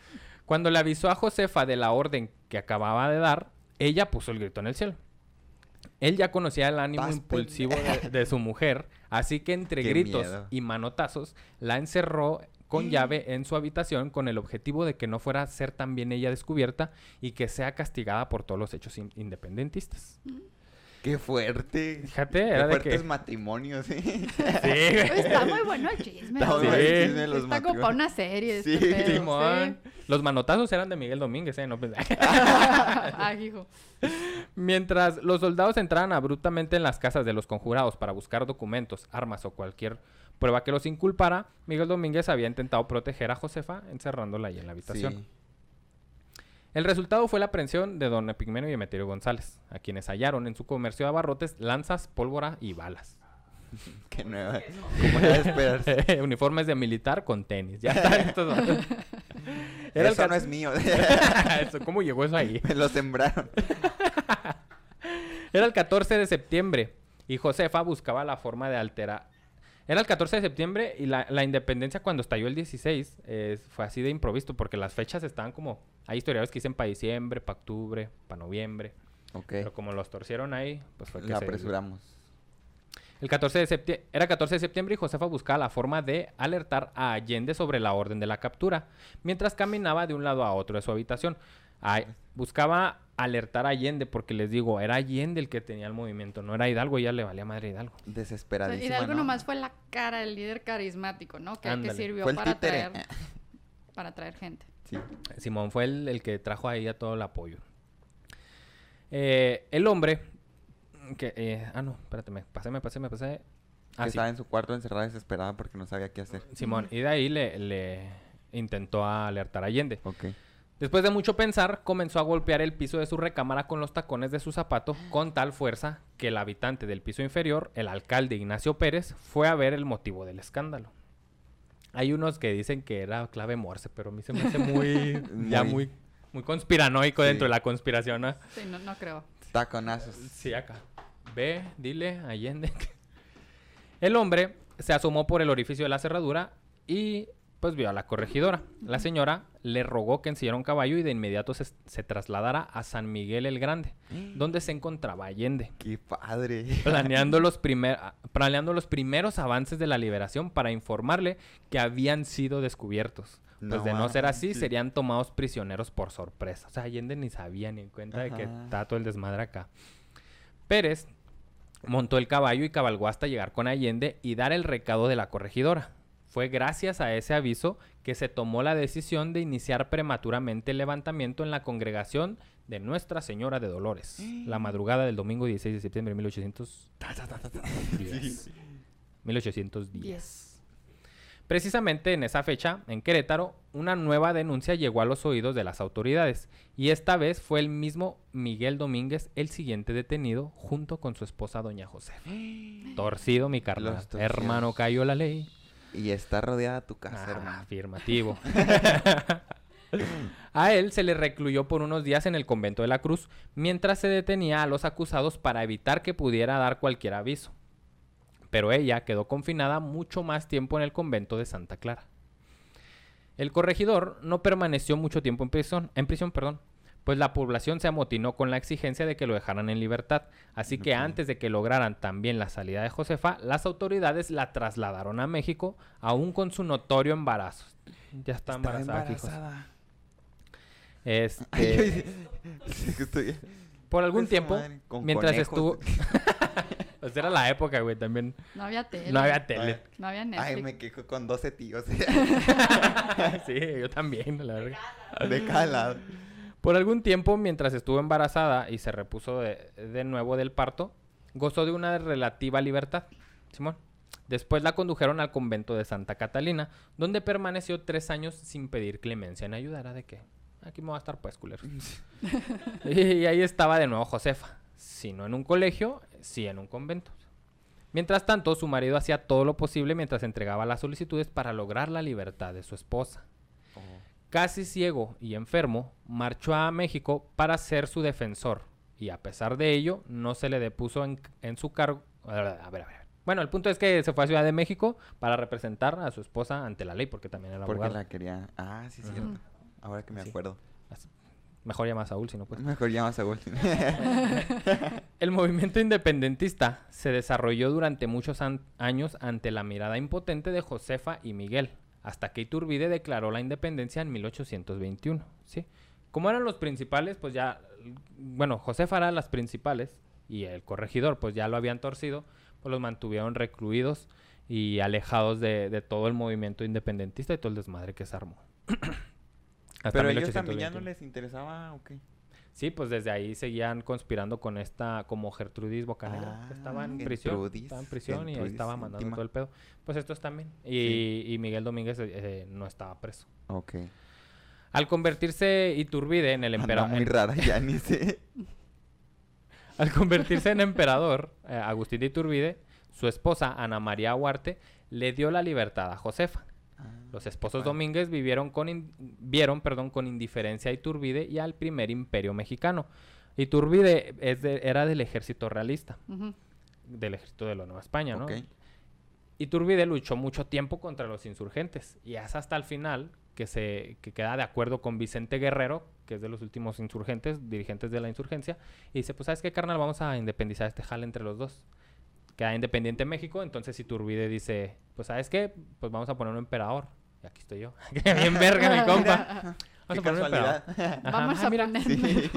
Cuando le avisó a Josefa de la orden que acababa de dar, ella puso el grito en el cielo. Él ya conocía el ánimo Estás impulsivo de, de su mujer, así que entre Qué gritos miedo. y manotazos la encerró con llave en su habitación con el objetivo de que no fuera a ser también ella descubierta y que sea castigada por todos los hechos in- independentistas. Qué fuerte. Fíjate, Qué era de fuertes que... matrimonios, ¿eh? Sí, Pues güey. está muy bueno el chisme. Está o muy sea, bueno el Sí. chisme de los Está como para matrimonios. una serie. Sí. Este pedo, Simón. Los manotazos eran de Miguel Domínguez, ¿eh? No pensé. sí. Ay, hijo. Mientras los soldados entraban abruptamente en las casas de los conjurados para buscar documentos, armas o cualquier prueba que los inculpara, Miguel Domínguez había intentado proteger a Josefa encerrándola ahí en la habitación. Sí. El resultado fue la aprehensión de don Epigmenio y Emeterio González, a quienes hallaron en su comercio de abarrotes lanzas, pólvora y balas. Qué nueva. ¿Cómo era de esperarse? Uniformes de militar con tenis. Ya está. Estos vatos. Era el Eso ca- no es mío. Eso, ¿cómo llegó eso ahí? Me lo sembraron. Era el catorce de septiembre y Josefa buscaba la forma de alterar. Era el catorce de septiembre y la, la independencia cuando estalló el dieciséis eh, fue así de improviso porque las fechas estaban como... Hay historiadores que dicen para diciembre, para octubre, para noviembre. Ok. Pero como los torcieron ahí, pues fue que La se... apresuramos. El catorce de septiembre, era catorce de septiembre y Josefa buscaba la forma de alertar a Allende sobre la orden de la captura, mientras caminaba de un lado a otro de su habitación. Ay, buscaba alertar a Allende porque les digo, era Allende el que tenía el movimiento, no era Hidalgo, ya le valía madre Hidalgo. Desesperadísimo. Hidalgo ¿no? nomás fue la cara, el líder carismático, ¿no? Que, que Ándale. sirvió Fue el para títere. traer, para traer gente. Sí. Simón fue el, el que trajo ahí a todo el apoyo. Eh, el hombre que... eh, ah, no, espérate, me pasé, me pasé, me pasé. Ah, que sí. estaba en su cuarto encerrada desesperada porque no sabía qué hacer. Simón, y de ahí le, le intentó alertar a Allende. Ok. Después de mucho pensar, comenzó a golpear el piso de su recámara con los tacones de su zapato con tal fuerza que el habitante del piso inferior, el alcalde Ignacio Pérez, fue a ver el motivo del escándalo. Hay unos que dicen que era clave Morse, pero a mí se me hace muy, ya Muy- muy, muy conspiranoico Sí. dentro de la conspiración, ¿no? Sí, no, no creo. Taconazos. Sí, acá. Ve, dile, Allende. El hombre se asomó por el orificio de la cerradura y pues vio a la corregidora. La señora le rogó que ensillara un caballo y de inmediato se, se trasladara a San Miguel el Grande, donde se encontraba Allende, Qué padre. planeando los, primer, planeando los primeros avances de la liberación para informarle que habían sido descubiertos. Pues No de no ser así, manches. serían tomados prisioneros por sorpresa. O sea, Allende ni sabía ni en cuenta de que Ajá. está todo el desmadre acá. Pérez montó el caballo y cabalgó hasta llegar con Allende y dar el recado de la corregidora. Fue gracias a ese aviso que se tomó la decisión de iniciar prematuramente el levantamiento en la congregación de Nuestra Señora de Dolores, la madrugada del domingo dieciséis de septiembre de mil ochocientos diez. mil ochocientos diez. Diez. Precisamente en esa fecha, en Querétaro, una nueva denuncia llegó a los oídos de las autoridades y esta vez fue el mismo Miguel Domínguez el siguiente detenido junto con su esposa doña Josefa. Torcido mi carnal, Los torcidos. hermano, cayó la ley. Y está rodeada tu casa, Ah, hermano. afirmativo. A él se le recluyó por unos días en el convento de la Cruz mientras se detenía a los acusados para evitar que pudiera dar cualquier aviso. Pero ella quedó confinada mucho más tiempo en el convento de Santa Clara. El corregidor no permaneció mucho tiempo en prisión, en prisión, perdón, pues la población se amotinó con la exigencia de que lo dejaran en libertad. Así que Ok. antes de que lograran también la salida de Josefa, las autoridades la trasladaron a México, aún con su notorio embarazo. Ya está Estaba embarazada. aquí, José. embarazada. Este, Ay, yo- sí que estoy- por algún Esa tiempo, madre, con mientras conejos. estuvo... Pues era la época, güey, también. No había tele. No había tele. No había Netflix. Ay, me quejo con doce tíos. Sí, yo también, la verdad. De cada lado. Por algún tiempo, mientras estuvo embarazada y se repuso de, de nuevo del parto, gozó de una relativa libertad, Simón. Después la condujeron al convento de Santa Catalina, donde permaneció tres años sin pedir clemencia en ayudar. ¿De qué? Aquí me va a estar pues, culero. Y ahí estaba de nuevo Josefa. Si no en un colegio, sí en un convento. Mientras tanto, su marido hacía todo lo posible mientras entregaba las solicitudes para lograr la libertad de su esposa. Oh. Casi ciego y enfermo, marchó a México para ser su defensor. Y a pesar de ello, no se le depuso en, en su cargo... A ver, a ver, a ver. Bueno, el punto es que se fue a Ciudad de México para representar a su esposa ante la ley, porque también era Porque abogado. la quería. Ah, sí, es Ajá. cierto. ahora que me Sí. acuerdo. Mejor llama a Saúl, si no pues. Mejor llamas a Saúl. El movimiento independentista se desarrolló durante muchos an- años ante la mirada impotente de Josefa y Miguel, hasta que Iturbide declaró la independencia en mil ochocientos veintiuno, ¿sí? Como eran los principales, pues ya, bueno, Josefa era las principales y el corregidor, pues ya lo habían torcido, pues los mantuvieron recluidos y alejados de, de todo el movimiento independentista y todo el desmadre que se armó. Hasta Pero mil ellos ochocientos también ya no veintiuno. les interesaba, ¿o qué? Sí, pues desde ahí seguían conspirando con esta, como Gertrudis Bocanegra, Ah, que estaba en prisión. Gertrudis, Estaba en prisión y ahí Gertrudis estaba mandando íntima. todo el pedo. Pues estos también. Y, Sí. y Miguel Domínguez eh, eh, no estaba preso. Ok. Al convertirse Iturbide en el Anda emperador. muy rara, ya ni sé. Al convertirse en emperador, eh, Agustín de Iturbide, su esposa Ana María Huarte, le dio la libertad a Josefa. Ah, Los esposos padre. Domínguez vivieron con in- vieron perdón, con indiferencia a Iturbide y al primer imperio mexicano. Iturbide es de- era del ejército realista, Ujú. del ejército de la Nueva España, ¿no? Ok. Iturbide luchó mucho tiempo contra los insurgentes y es hasta el final que se que queda de acuerdo con Vicente Guerrero, que es de los últimos insurgentes, dirigentes de la insurgencia, y dice, pues, ¿sabes qué, carnal? Vamos a independizar este jale entre los dos. Queda independiente México, entonces Iturbide dice, pues, ¿sabes qué? Pues vamos a poner un emperador. Y aquí estoy yo. Bien verga, mi compa. Qué Vamos a poner un emperador. casualidad. Ajá, Vamos ah, a mira. poner... Sí.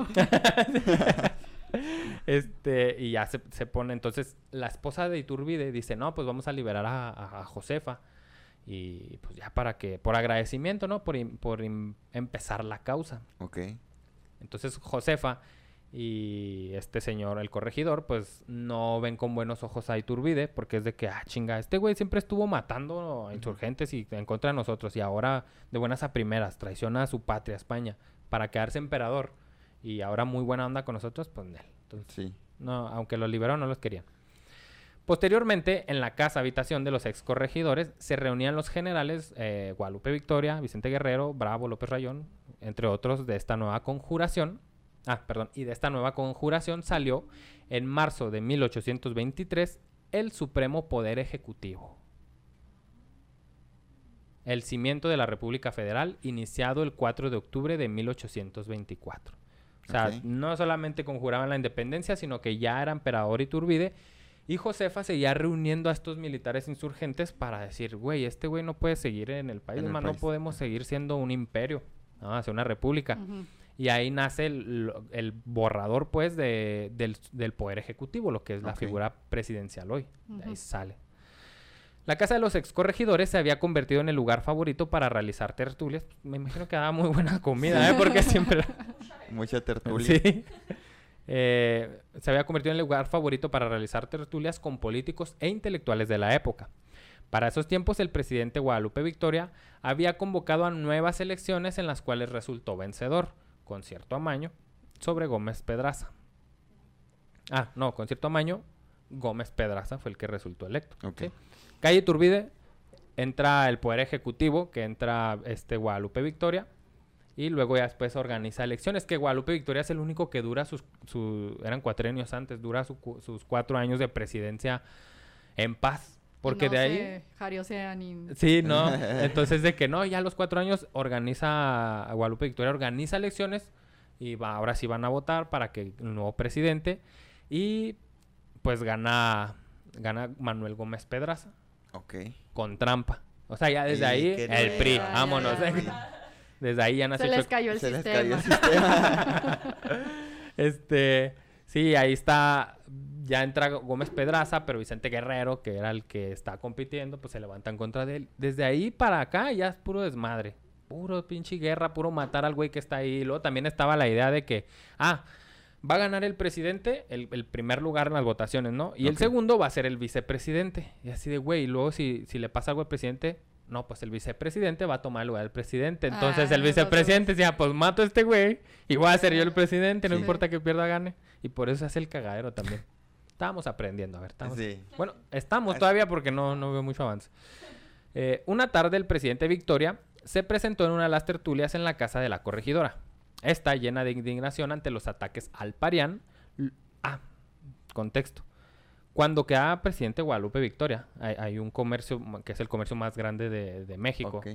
Este, y ya se, se pone, entonces, la esposa de Iturbide dice, no, pues vamos a liberar a, a- a Josefa. Y pues ya para que, por agradecimiento, ¿no? Por, im- por im- empezar la causa. Ok. Entonces Josefa y este señor, el corregidor, pues no ven con buenos ojos a Iturbide porque es de que, ah, chinga, este güey siempre estuvo matando a insurgentes y en contra de nosotros y ahora de buenas a primeras traiciona a su patria, España, para quedarse emperador y ahora muy buena onda con nosotros, pues él. Entonces, Sí. no, aunque los liberó, no los querían. Posteriormente, en la casa habitación de los ex corregidores, se reunían los generales eh, Guadalupe Victoria, Vicente Guerrero, Bravo, López Rayón, entre otros, de esta nueva conjuración. Ah, perdón, y de esta nueva conjuración salió en marzo de mil ochocientos veintitrés el Supremo Poder Ejecutivo. El cimiento de la República Federal, iniciado el cuatro de octubre de mil ochocientos veinticuatro. O sea, Ok. no solamente conjuraban la independencia, sino que ya era emperador Iturbide. Y Josefa seguía reuniendo a estos militares insurgentes para decir, güey, este güey no puede seguir en el país, En el más no país. podemos seguir siendo un imperio, no, hacer una república. Ujú. Y ahí nace el, el borrador, pues, de, del, del poder ejecutivo, lo que es la Ok. figura presidencial hoy. De ahí Ujú. sale. La casa de los excorregidores se había convertido en el lugar favorito para realizar tertulias. Me imagino que daba muy buena comida, ¿eh? Porque siempre... Mucha tertulia. Sí. Eh, se había convertido en el lugar favorito para realizar tertulias con políticos e intelectuales de la época. Para esos tiempos, el presidente Guadalupe Victoria había convocado a nuevas elecciones en las cuales resultó vencedor, con cierto amaño, sobre Gómez Pedraza. Ah, no, con cierto amaño, Gómez Pedraza fue el que resultó electo. Ok. ¿Sí? Calle Iturbide, entra el Poder Ejecutivo, que entra este Guadalupe Victoria, y luego ya después organiza elecciones, que Guadalupe Victoria es el único que dura sus, su, eran cuatrenios antes, dura su cu- sus cuatro años de presidencia en paz. Porque No de ahí... se jariosean ni... Sí, no. Entonces de que no, ya a los cuatro años organiza, a Guadalupe Victoria organiza elecciones y va, ahora sí van a votar para que el nuevo presidente y pues gana, gana Manuel Gómez Pedraza Ok. con trampa. O sea, ya desde Y ahí que el no P R I, era- vámonos. ya, ¿eh? ya. Desde ahí ya Se nació les Choc- cayó el Se les sistema. cayó el sistema. Este, sí, ahí está, ya entra Gómez Pedraza, pero Vicente Guerrero, que era el que está compitiendo, pues se levanta en contra de él. Desde ahí para acá ya es puro desmadre, puro pinche guerra, puro matar al güey que está ahí. Luego también estaba la idea de que, ah, va a ganar el presidente, el, el primer lugar en las votaciones, ¿no? Y el Ok. segundo va a ser el vicepresidente. Y así de, güey, y luego si, si le pasa algo al presidente... No, pues el vicepresidente va a tomar el lugar del presidente. Entonces Ah, el los vicepresidente decía, pues mato a este güey y voy a ser yo el presidente, no Sí. importa que pierda gane. Y por eso hace el cagadero también. Estábamos aprendiendo, a ver, estamos... Sí. Bueno, estamos Es- todavía porque no, no veo mucho avance. Eh, una tarde el presidente Victoria se presentó en una de las tertulias en la casa de la corregidora. Esta llena de indignación ante los ataques al Parián. L- Ah, contexto. Cuando queda presidente Guadalupe Victoria, hay, hay un comercio ma- que es el comercio más grande de, de México. Ok.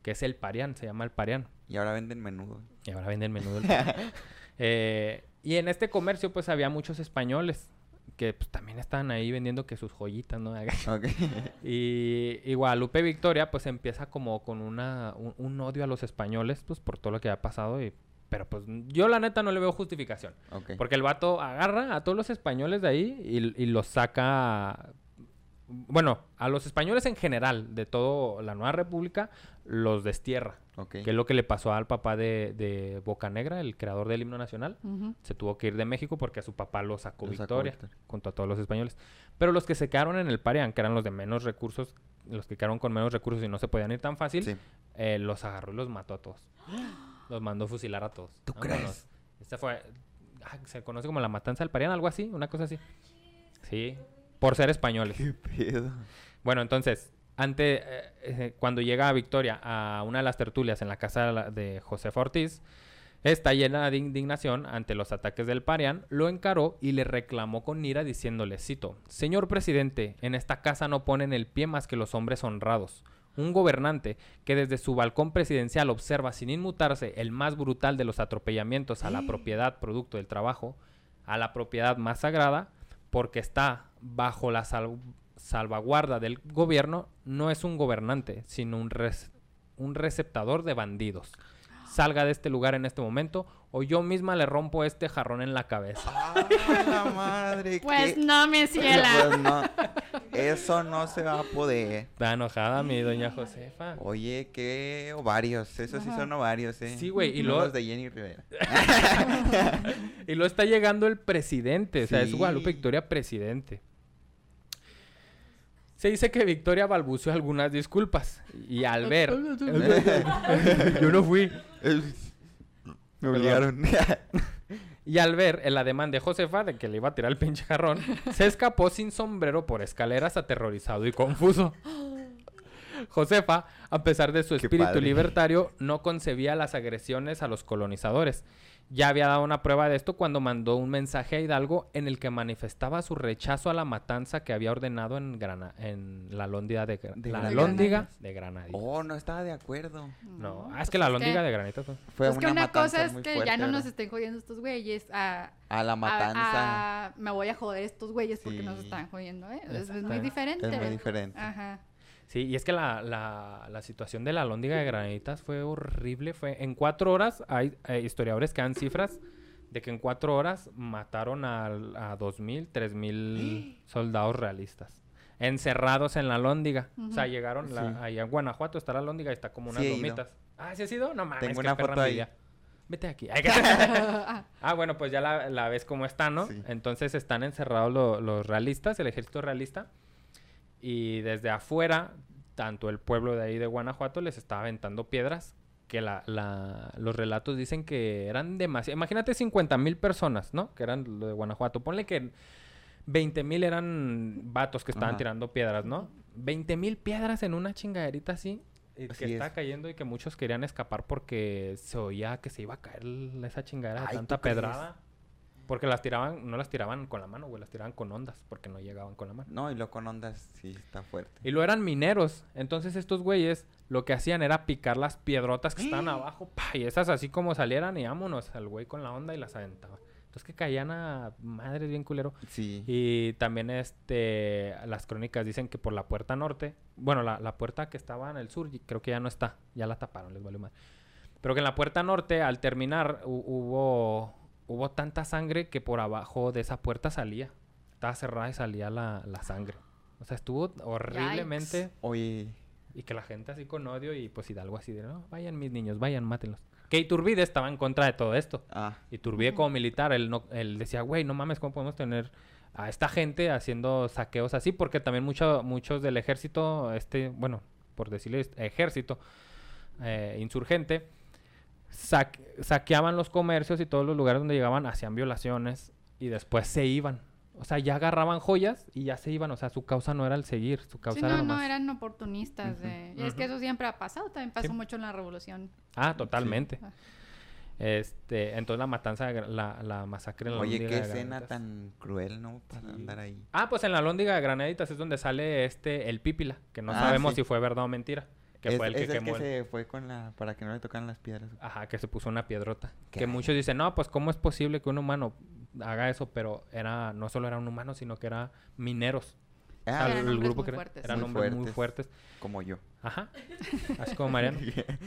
que es el Parián, se llama el Parián. Y ahora venden menudo. Y ahora venden menudo. El Parián. eh, y en este comercio pues había muchos españoles que pues, también estaban ahí vendiendo que sus joyitas, ¿no? Okay. y, y Guadalupe Victoria pues empieza como con una, un, un odio a los españoles pues por todo lo que ha pasado y... Pero pues yo la neta no le veo justificación. Okay. Porque el vato agarra a todos los españoles de ahí y, y los saca... Bueno, a los españoles en general de toda la Nueva República los destierra. Okay. Que es lo que le pasó al papá de, de Bocanegra, el creador del himno nacional. Ujú. Se tuvo que ir de México porque a su papá lo sacó Lo sacó Victoria, Victoria. junto a todos los españoles. Pero los que se quedaron en el Parián, que eran los de menos recursos, los que quedaron con menos recursos y no se podían ir tan fácil, Sí. eh, los agarró y los mató a todos. Los mandó fusilar a todos. ¿Tú Vámonos. crees? Esta fue... ah, se conoce como la matanza del Parián, algo así, una cosa así. Sí, por ser españoles. ¿Qué pedo? Bueno, entonces, ante, eh, eh, cuando llega Victoria a una de las tertulias en la casa de, la- de Josefa Ortiz, esta llena de indignación ante los ataques del Parián, lo encaró y le reclamó con ira diciéndole, cito, «Señor presidente, en esta casa no ponen el pie más que los hombres honrados. Un gobernante que desde su balcón presidencial observa sin inmutarse el más brutal de los atropellamientos a la propiedad producto del trabajo, a la propiedad más sagrada, porque está bajo la sal- salvaguarda del gobierno, no es un gobernante, sino un, res- un receptador de bandidos. Salga de este lugar en este momento o yo misma le rompo este jarrón en la cabeza». ¡Ah, la madre! Pues ¿qué? no, mi ciela. Pues no, eso no se va a poder. Está enojada mi doña Josefa. Oye, qué ovarios. Esos sí Ajá. son ovarios, ¿eh? Sí, güey, y No luego- los de Jenny Rivera. Y luego está llegando el presidente, o sea, es Sí. Guadalupe Victoria presidente. Se dice que Victoria balbuceó algunas disculpas y al ver... Yo no fui. Me obligaron. Y al ver el ademán de Josefa de que le iba a tirar el pinche jarrón, se escapó sin sombrero por escaleras aterrorizado y confuso. Josefa, a pesar de su Qué espíritu padre. libertario, no concebía las agresiones a los colonizadores. Ya había dado una prueba de esto cuando mandó un mensaje a Hidalgo en el que manifestaba su rechazo a la matanza que había ordenado en, Grana en la lóndiga de, Gra- De la Granaditas. lóndiga de Granaditas. Oh, no estaba de acuerdo. No, ah, pues es que la lóndiga de Granitas fue- Fue Es que una, una matanza cosa es muy que fuerte, ya no nos ¿verdad? estén jodiendo estos güeyes. A, A la a- matanza. a- me voy a joder estos güeyes porque nos Sí. están jodiendo, ¿eh? Es, es Exacto. muy diferente. Es muy diferente. Ajá. Sí, y es que la, la, la situación de la lóndiga de Granitas fue horrible. Fue en cuatro horas, hay eh, historiadores que dan cifras de que en cuatro horas mataron a, a dos mil, tres mil soldados realistas. Encerrados en la lóndiga. O sea, Ujú. llegaron la- Sí. ahí a Guanajuato, está la lóndiga y está como unas Sí he ido. lomitas. Ah, ¿sí has ido? No mames, Tengo qué una perra foto ahí. envidia. Vete aquí. Ay, Ah, ah, bueno, pues ya la, la ves cómo está, ¿no? Sí. Entonces están encerrados lo- los realistas, el ejército realista. Y desde afuera, tanto el pueblo de ahí de Guanajuato les estaba aventando piedras. Que la, la- los relatos dicen que eran demasiado. Imagínate cincuenta mil personas, ¿no? Que eran lo de Guanajuato. Ponle que veinte mil eran vatos que estaban Ajá. tirando piedras, ¿no? veinte mil piedras en una chingaderita así. Y Así que está es. cayendo y que muchos querían escapar porque se oía que se iba a caer l- esa chingadera de Ay, ¿tú tanta crees? pedrada. Porque las tiraban, no las tiraban con la mano, güey, las tiraban con ondas porque no llegaban con la mano. No, y lo con ondas sí está fuerte. Y lo eran mineros. Entonces estos güeyes lo que hacían era picar las piedrotas que estaban abajo. Pa, y esas así como salieran y vámonos al güey con la onda y las aventaba. Entonces que caían a madres bien culero. Sí. Y también este las crónicas dicen que por la puerta norte, bueno, la, la puerta que estaba en el sur, y creo que ya no está, ya la taparon, les valió mal. Pero que en la puerta norte, al terminar, hu- hubo, hubo tanta sangre que por abajo de esa puerta salía. Estaba cerrada y salía la, la sangre. O sea, estuvo horriblemente. Oye, Y que la gente así con odio y pues Hidalgo así de, no, vayan mis niños, vayan, mátenlos. Que Iturbide estaba en contra de todo esto. ah, Iturbide como militar, él, no, él decía, güey, no mames, ¿cómo podemos tener a esta gente haciendo saqueos así? Porque también mucho, muchos del ejército, este, bueno, por decirle ejército eh, insurgente, saque- saqueaban los comercios y todos los lugares donde llegaban hacían violaciones y después se iban. O sea, ya agarraban joyas y ya se iban. O sea, su causa no era el seguir, su causa Sí, era no, no, nomás- eran oportunistas. de- Y es que Ujú. eso siempre ha pasado. También pasó Sí. mucho en la revolución. Ah, totalmente. Ah. Este, entonces la matanza, de Gra- la, la masacre en la oye, Lóndiga qué de escena Granaditas. tan cruel, ¿no? Para Sí. andar ahí. Ah, pues en la Lóndiga de Granaditas es donde sale este, el Pípila, que no Ah, sabemos sí. si fue verdad o mentira. que es, fue el que es el quemó que el- se fue con la... para que no le tocaran las piedras. Ajá, que se puso una piedrota. ¿Qué? Que muchos dicen, no, pues ¿cómo es posible que un humano haga eso? Pero era, no solo era un humano, sino que era mineros. O sea, Ah, Eran el hombres grupo muy que era- fuertes. eran Muy hombres muy fuertes. fuertes. como yo. Ajá. Así como Mariano.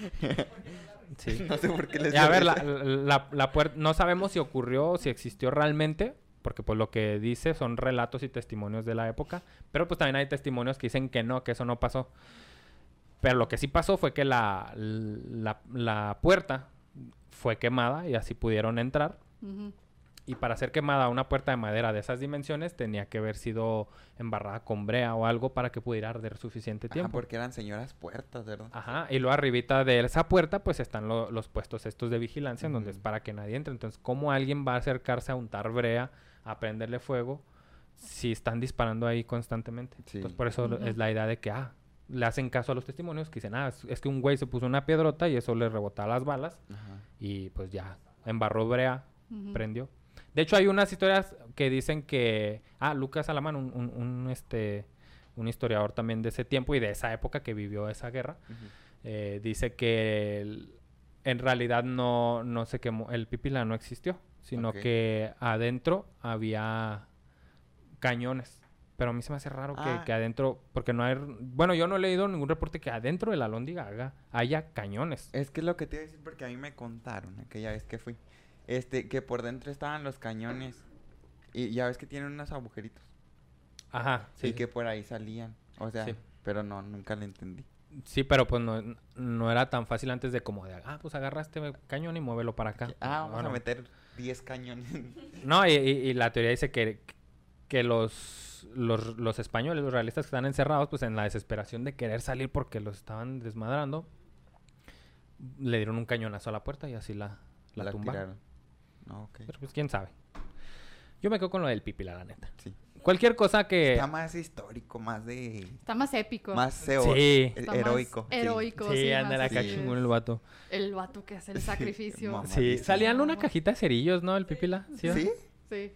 Sí. No sé por qué les Y a dio ver, la, risa. la, la puerta, no sabemos si ocurrió o si existió realmente, porque pues lo que dice son relatos y testimonios de la época, pero pues también hay testimonios que dicen que no, que eso no pasó. Pero lo que sí pasó fue que la, la, la puerta fue quemada y así pudieron entrar. Ujú. Y para ser quemada una puerta de madera de esas dimensiones tenía que haber sido embarrada con brea o algo para que pudiera arder suficiente Ajá, tiempo. porque eran señoras puertas, ¿verdad? Ajá, y luego arribita de esa puerta pues están lo- los puestos estos de vigilancia en donde es Ujú. para que nadie entre. Entonces, ¿cómo alguien va a acercarse a untar brea, a prenderle fuego, si están disparando ahí constantemente? Sí. Entonces, por eso lo- Ujú. es la idea de que, ah, le hacen caso a los testimonios que dicen, ah, es, es que un güey se puso una piedrota y eso le rebotaba las balas Ajá. y pues ya embarró brea, Ujú. prendió. De hecho, hay unas historias que dicen que... Ah, Lucas Alamán, un, un, un, este, un historiador también de ese tiempo y de esa época que vivió esa guerra, Ujú. eh, dice que el- en realidad no, no se quemó, el Pipila no existió, sino Ok. que adentro había cañones. Pero a mí se me hace raro que, Ah. que adentro, porque no hay... Bueno, yo no he leído ningún reporte que adentro de la Alhóndiga haga, haya cañones. Es que es lo que te iba a decir porque a mí me contaron aquella vez que fui. Este, que por dentro estaban los cañones. Y ya ves que tienen unos agujeritos. Ajá, sí. y que por ahí salían. O sea, Sí. pero no, nunca le entendí. Sí, pero pues no, no era tan fácil antes de como de, ah, pues agarra este cañón y muévelo para acá. Ah, vamos No, a no. meter diez cañones. No, y, y- y la teoría dice que, que los, los, los españoles, los realistas que están encerrados, pues en la desesperación de querer salir porque los estaban desmadrando, le dieron un cañonazo a la puerta y así la, la, La tumbaron. tiraron. No, ok. Pero pues quién sabe. Yo me quedo con lo del Pipila, la neta. Sí. Cualquier cosa que... Está más histórico, más de... Está más épico. Más heo- Sí. he- Está más heroico. sí. Heroico, Sí, sí. anda más acá así chingón es. el vato. El vato que hace el sacrificio. mamá. Sí, Mamadísimo. salían una cajita de cerillos, ¿no? El Pipila. ¿Sí? ¿Sí? Sí.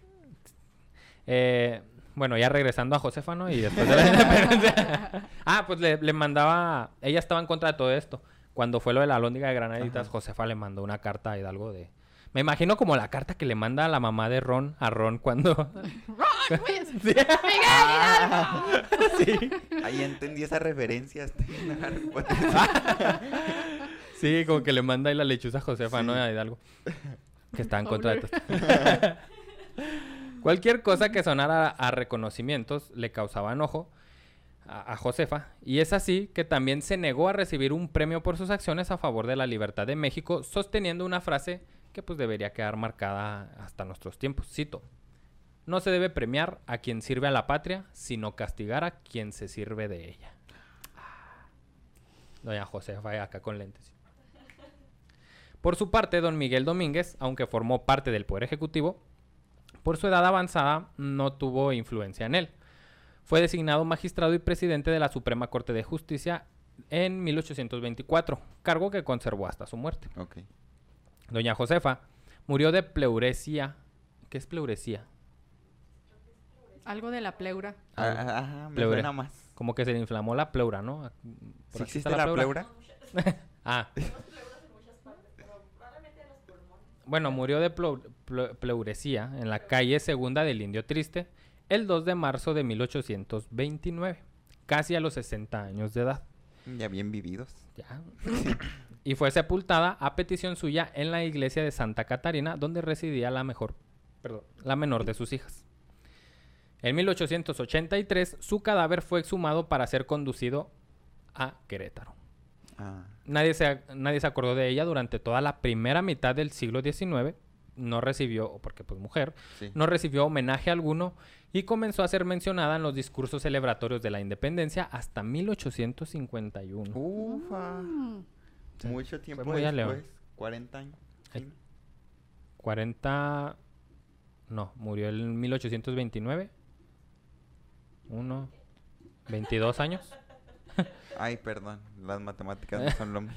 Eh, bueno, ya regresando a Josefa, ¿no? Y después de la independencia. Ah, pues le, le mandaba... Ella estaba en contra de todo esto. Cuando fue lo de la alhóndiga de Granaditas, Ajá. Josefa le mandó una carta a Hidalgo de... Me imagino como la carta que le manda a la mamá de Ron, a Ron cuando... ¡Ron! Pues, Sí. ¡Miguel Hidalgo! Sí. Ahí entendí esa referencia. hasta en Harry Potter. Sí, como que le manda ahí la lechuza a Josefa, ¿no? Sí. A Hidalgo. Que está en contra de Pobre. todo. Cualquier cosa que sonara a reconocimientos le causaba enojo a, a Josefa. Y es así que también se negó a recibir un premio por sus acciones a favor de la libertad de México, sosteniendo una frase que pues debería quedar marcada hasta nuestros tiempos. Cito: no se debe premiar a quien sirve a la patria, sino castigar a quien se sirve de ella. Doña Josefa acá con lentes. Por su parte, don Miguel Domínguez, aunque formó parte del Poder Ejecutivo, por su edad avanzada no tuvo influencia en él. Fue designado magistrado y presidente de la Suprema Corte de Justicia en mil ochocientos veinticuatro, cargo que conservó hasta su muerte. Ok. Doña Josefa murió de pleuresía. ¿Qué es pleuresía? Algo de la pleura. Ah, ah, Ajá, me Pleura. suena más. Como que se le inflamó la pleura, ¿no? Por ¿Sí aquí existe está la pleura? Ah. Bueno, murió de pleu- pleu- pleuresía en la calle Segunda del Indio Triste el dos de marzo de mil ochocientos veintinueve, casi a los sesenta años de edad. Ya bien vividos. Ya. Y fue sepultada a petición suya en la iglesia de Santa Catarina, donde residía la mejor, perdón, la menor de sus hijas. En mil ochocientos ochenta y tres, su cadáver fue exhumado para ser conducido a Querétaro. Ah, Nadie se, nadie se acordó de ella durante toda la primera mitad del siglo diecinueve. No recibió, porque pues mujer, sí. no recibió homenaje alguno y comenzó a ser mencionada en los discursos celebratorios de la independencia hasta mil ochocientos cincuenta y uno. Ufa. Mm. Sí, Mucho tiempo muy a después. León. cuarenta años. Eh, Sí. cuarenta... No, murió en mil ochocientos veintinueve. Uno... veintidós años. Ay, perdón. Las matemáticas no son lo mío.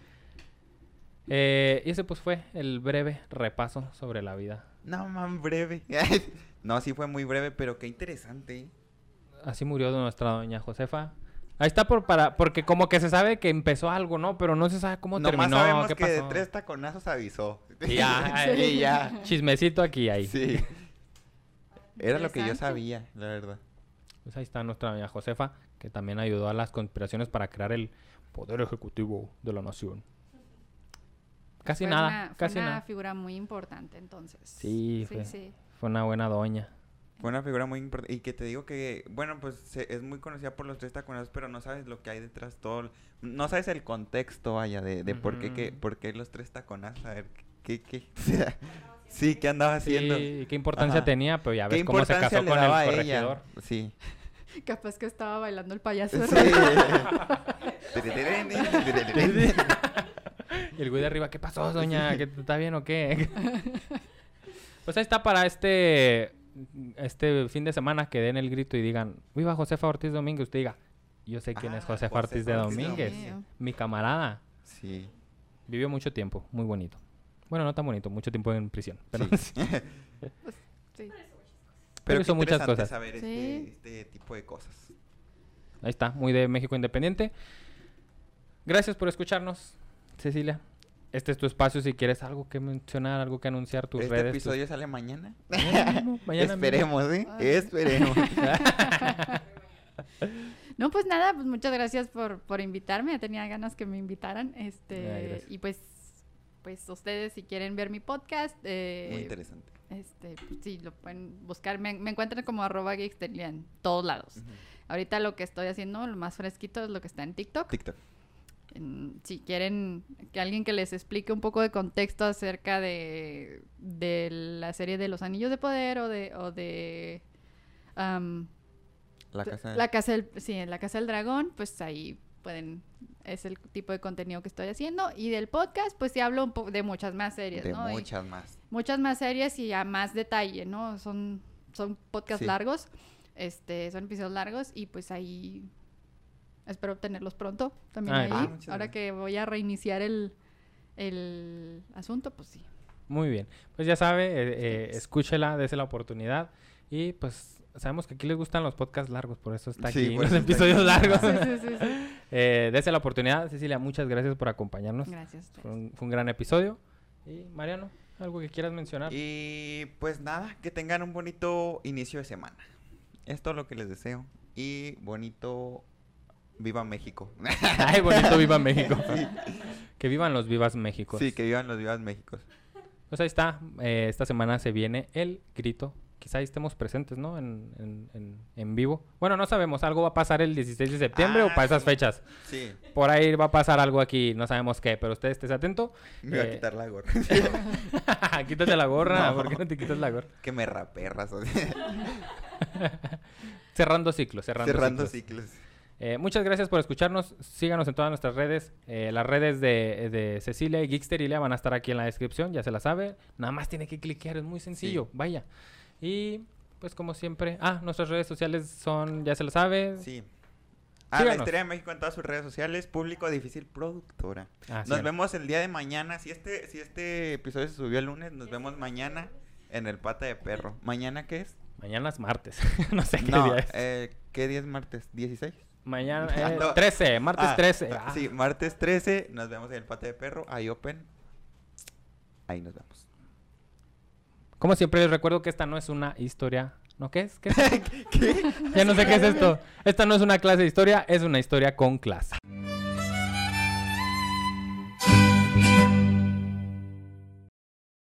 Eh, y ese pues fue el breve repaso sobre la vida. No, man, breve. No, sí fue muy breve, pero qué interesante. ¿eh? Así murió nuestra doña Josefa. Ahí está por para porque como que se sabe que empezó algo, ¿no? Pero no se sabe cómo Nomás terminó, sabemos qué que de pasó. tres taconazos avisó. Y ya, Sí. Y ya. Chismecito aquí ahí. Sí. Era lo que yo Interesante. sabía, la verdad. Pues ahí está nuestra amiga Josefa, que también ayudó a las conspiraciones para crear el poder ejecutivo de la nación. Casi Fue nada, una, fue casi una nada. figura muy importante, entonces. Sí, sí, fue. sí. Fue una buena doña. Fue una figura muy importante. Y que te digo que, bueno, pues se- es muy conocida por los tres taconazos, pero no sabes lo que hay detrás todo. el- No sabes el contexto, vaya, de, de por qué, que, Ujú. por qué los tres taconazos. A ver, ¿qué, qué? Sí, ¿qué andaba haciendo? Sí, qué importancia Ajá. tenía, pero ya ¿Qué ella ves cómo se importancia casó le con el daba a corregidor. ella? Sí. Capaz que estaba bailando el payaso. Sí. Y el güey de arriba, ¿qué pasó, doña? ¿Qué, ¿Está bien o qué? Pues ahí está para este este fin de semana que den el grito y digan, viva Josefa Ortiz Domínguez. Usted diga, yo sé quién es Ah, Josefa Ortiz de Josefa Ortiz Domínguez. Domínguez. Mi camarada. Sí. Vivió mucho tiempo, muy bonito. Bueno, no tan bonito, mucho tiempo en prisión. Pero Sí. Sí. Pero hizo qué muchas interesante cosas. saber este, Sí. este tipo de cosas. ahí está, muy de México Independiente. Gracias por escucharnos, Cecilia. Este es tu espacio si quieres algo que mencionar, algo que anunciar, tus ¿Este redes. tus- episodio sale mañana? Mañana mismo, mañana mismo. Esperemos, ¿eh? Ay. Esperemos. No, pues nada, pues muchas gracias por, por invitarme. Ya tenía ganas que me invitaran. Este, Ay, gracias. y pues, pues ustedes si quieren ver mi podcast, eh, Muy interesante. este, pues sí, lo pueden buscar. Me, me encuentran como arroba geeksteria en todos lados. Ujú. Ahorita lo que estoy haciendo, lo más fresquito es lo que está en TikTok. TikTok. En- si quieren que alguien que les explique un poco de contexto acerca de, de la serie de Los Anillos de Poder o de, o de am, La casa. la casa del, sí, la casa del dragón, pues ahí pueden, es el tipo de contenido que estoy haciendo. Y del podcast, pues sí hablo un po- de muchas más series, de ¿no? Y muchas más. muchas más series y a más detalle, ¿no? Son, son podcasts Sí. largos, este, son episodios largos y pues ahí espero tenerlos pronto también Ay, ahí. ah, muchas Ahora gracias. que voy a reiniciar el, el asunto, pues sí. Muy bien. Pues ya sabe, eh, eh, escúchela, dése la oportunidad. Y pues sabemos que aquí les gustan los podcasts largos, por eso está Sí, aquí por los eso está episodios aquí. largos. Sí, sí, sí, sí. Eh, dese la oportunidad. Cecilia, muchas gracias por acompañarnos. Gracias. Fue un, fue un gran episodio. Y Mariano, ¿algo que quieras mencionar? Y pues nada, que tengan un bonito inicio de semana. Es todo lo que les deseo. Y bonito. Viva México. Ay, bonito, viva México. Que vivan los vivas México. Sí, que vivan los vivas Méxicos. Pues ahí está. Eh, esta semana se viene el grito. Quizá ahí estemos presentes, ¿no? En, en, en, en vivo. Bueno, no sabemos. Algo va a pasar el dieciséis de septiembre o Ah, para esas sí. fechas. Sí, Por ahí va a pasar algo aquí. No sabemos qué. Pero usted esté atento. me voy Eh, a quitar la gorra. Quítate la gorra. No. ¿Por qué no te quitas la gorra? Que me raperras. o sea, Cerrando ciclos. Cerrando, cerrando ciclos. ciclos. Eh, muchas gracias por escucharnos. Síganos en todas nuestras redes. Eh, las redes de, de Cecilia y Geeksterilia van a estar aquí en la descripción. Ya se la sabe. Nada más tiene que cliquear. Es muy sencillo. Sí. Vaya. Y pues como siempre. Ah, nuestras redes sociales son, ya se lo sabe. Sí. Ah, la Síganos. Historia de México en todas sus redes sociales. Público Difícil Productora. Ah, Nos sí. vemos el día de mañana. Si este, si este episodio se subió el lunes, nos vemos mañana en el Pata de Perro. ¿Mañana qué es? Mañana es martes. No sé qué No, día es. eh, ¿qué día es martes? ¿dieciséis? Mañana eh, Ando- trece. Martes Ah, trece. ah, Ah. Sí, martes trece. Nos vemos en el Pata de Perro. Ahí open. Ahí nos vemos. Como siempre les recuerdo que esta no es una historia. ¿No qué es? ¿Qué es? ¿Qué? Ya no sé qué es esto. Esta no es una clase de historia, es una historia con clase.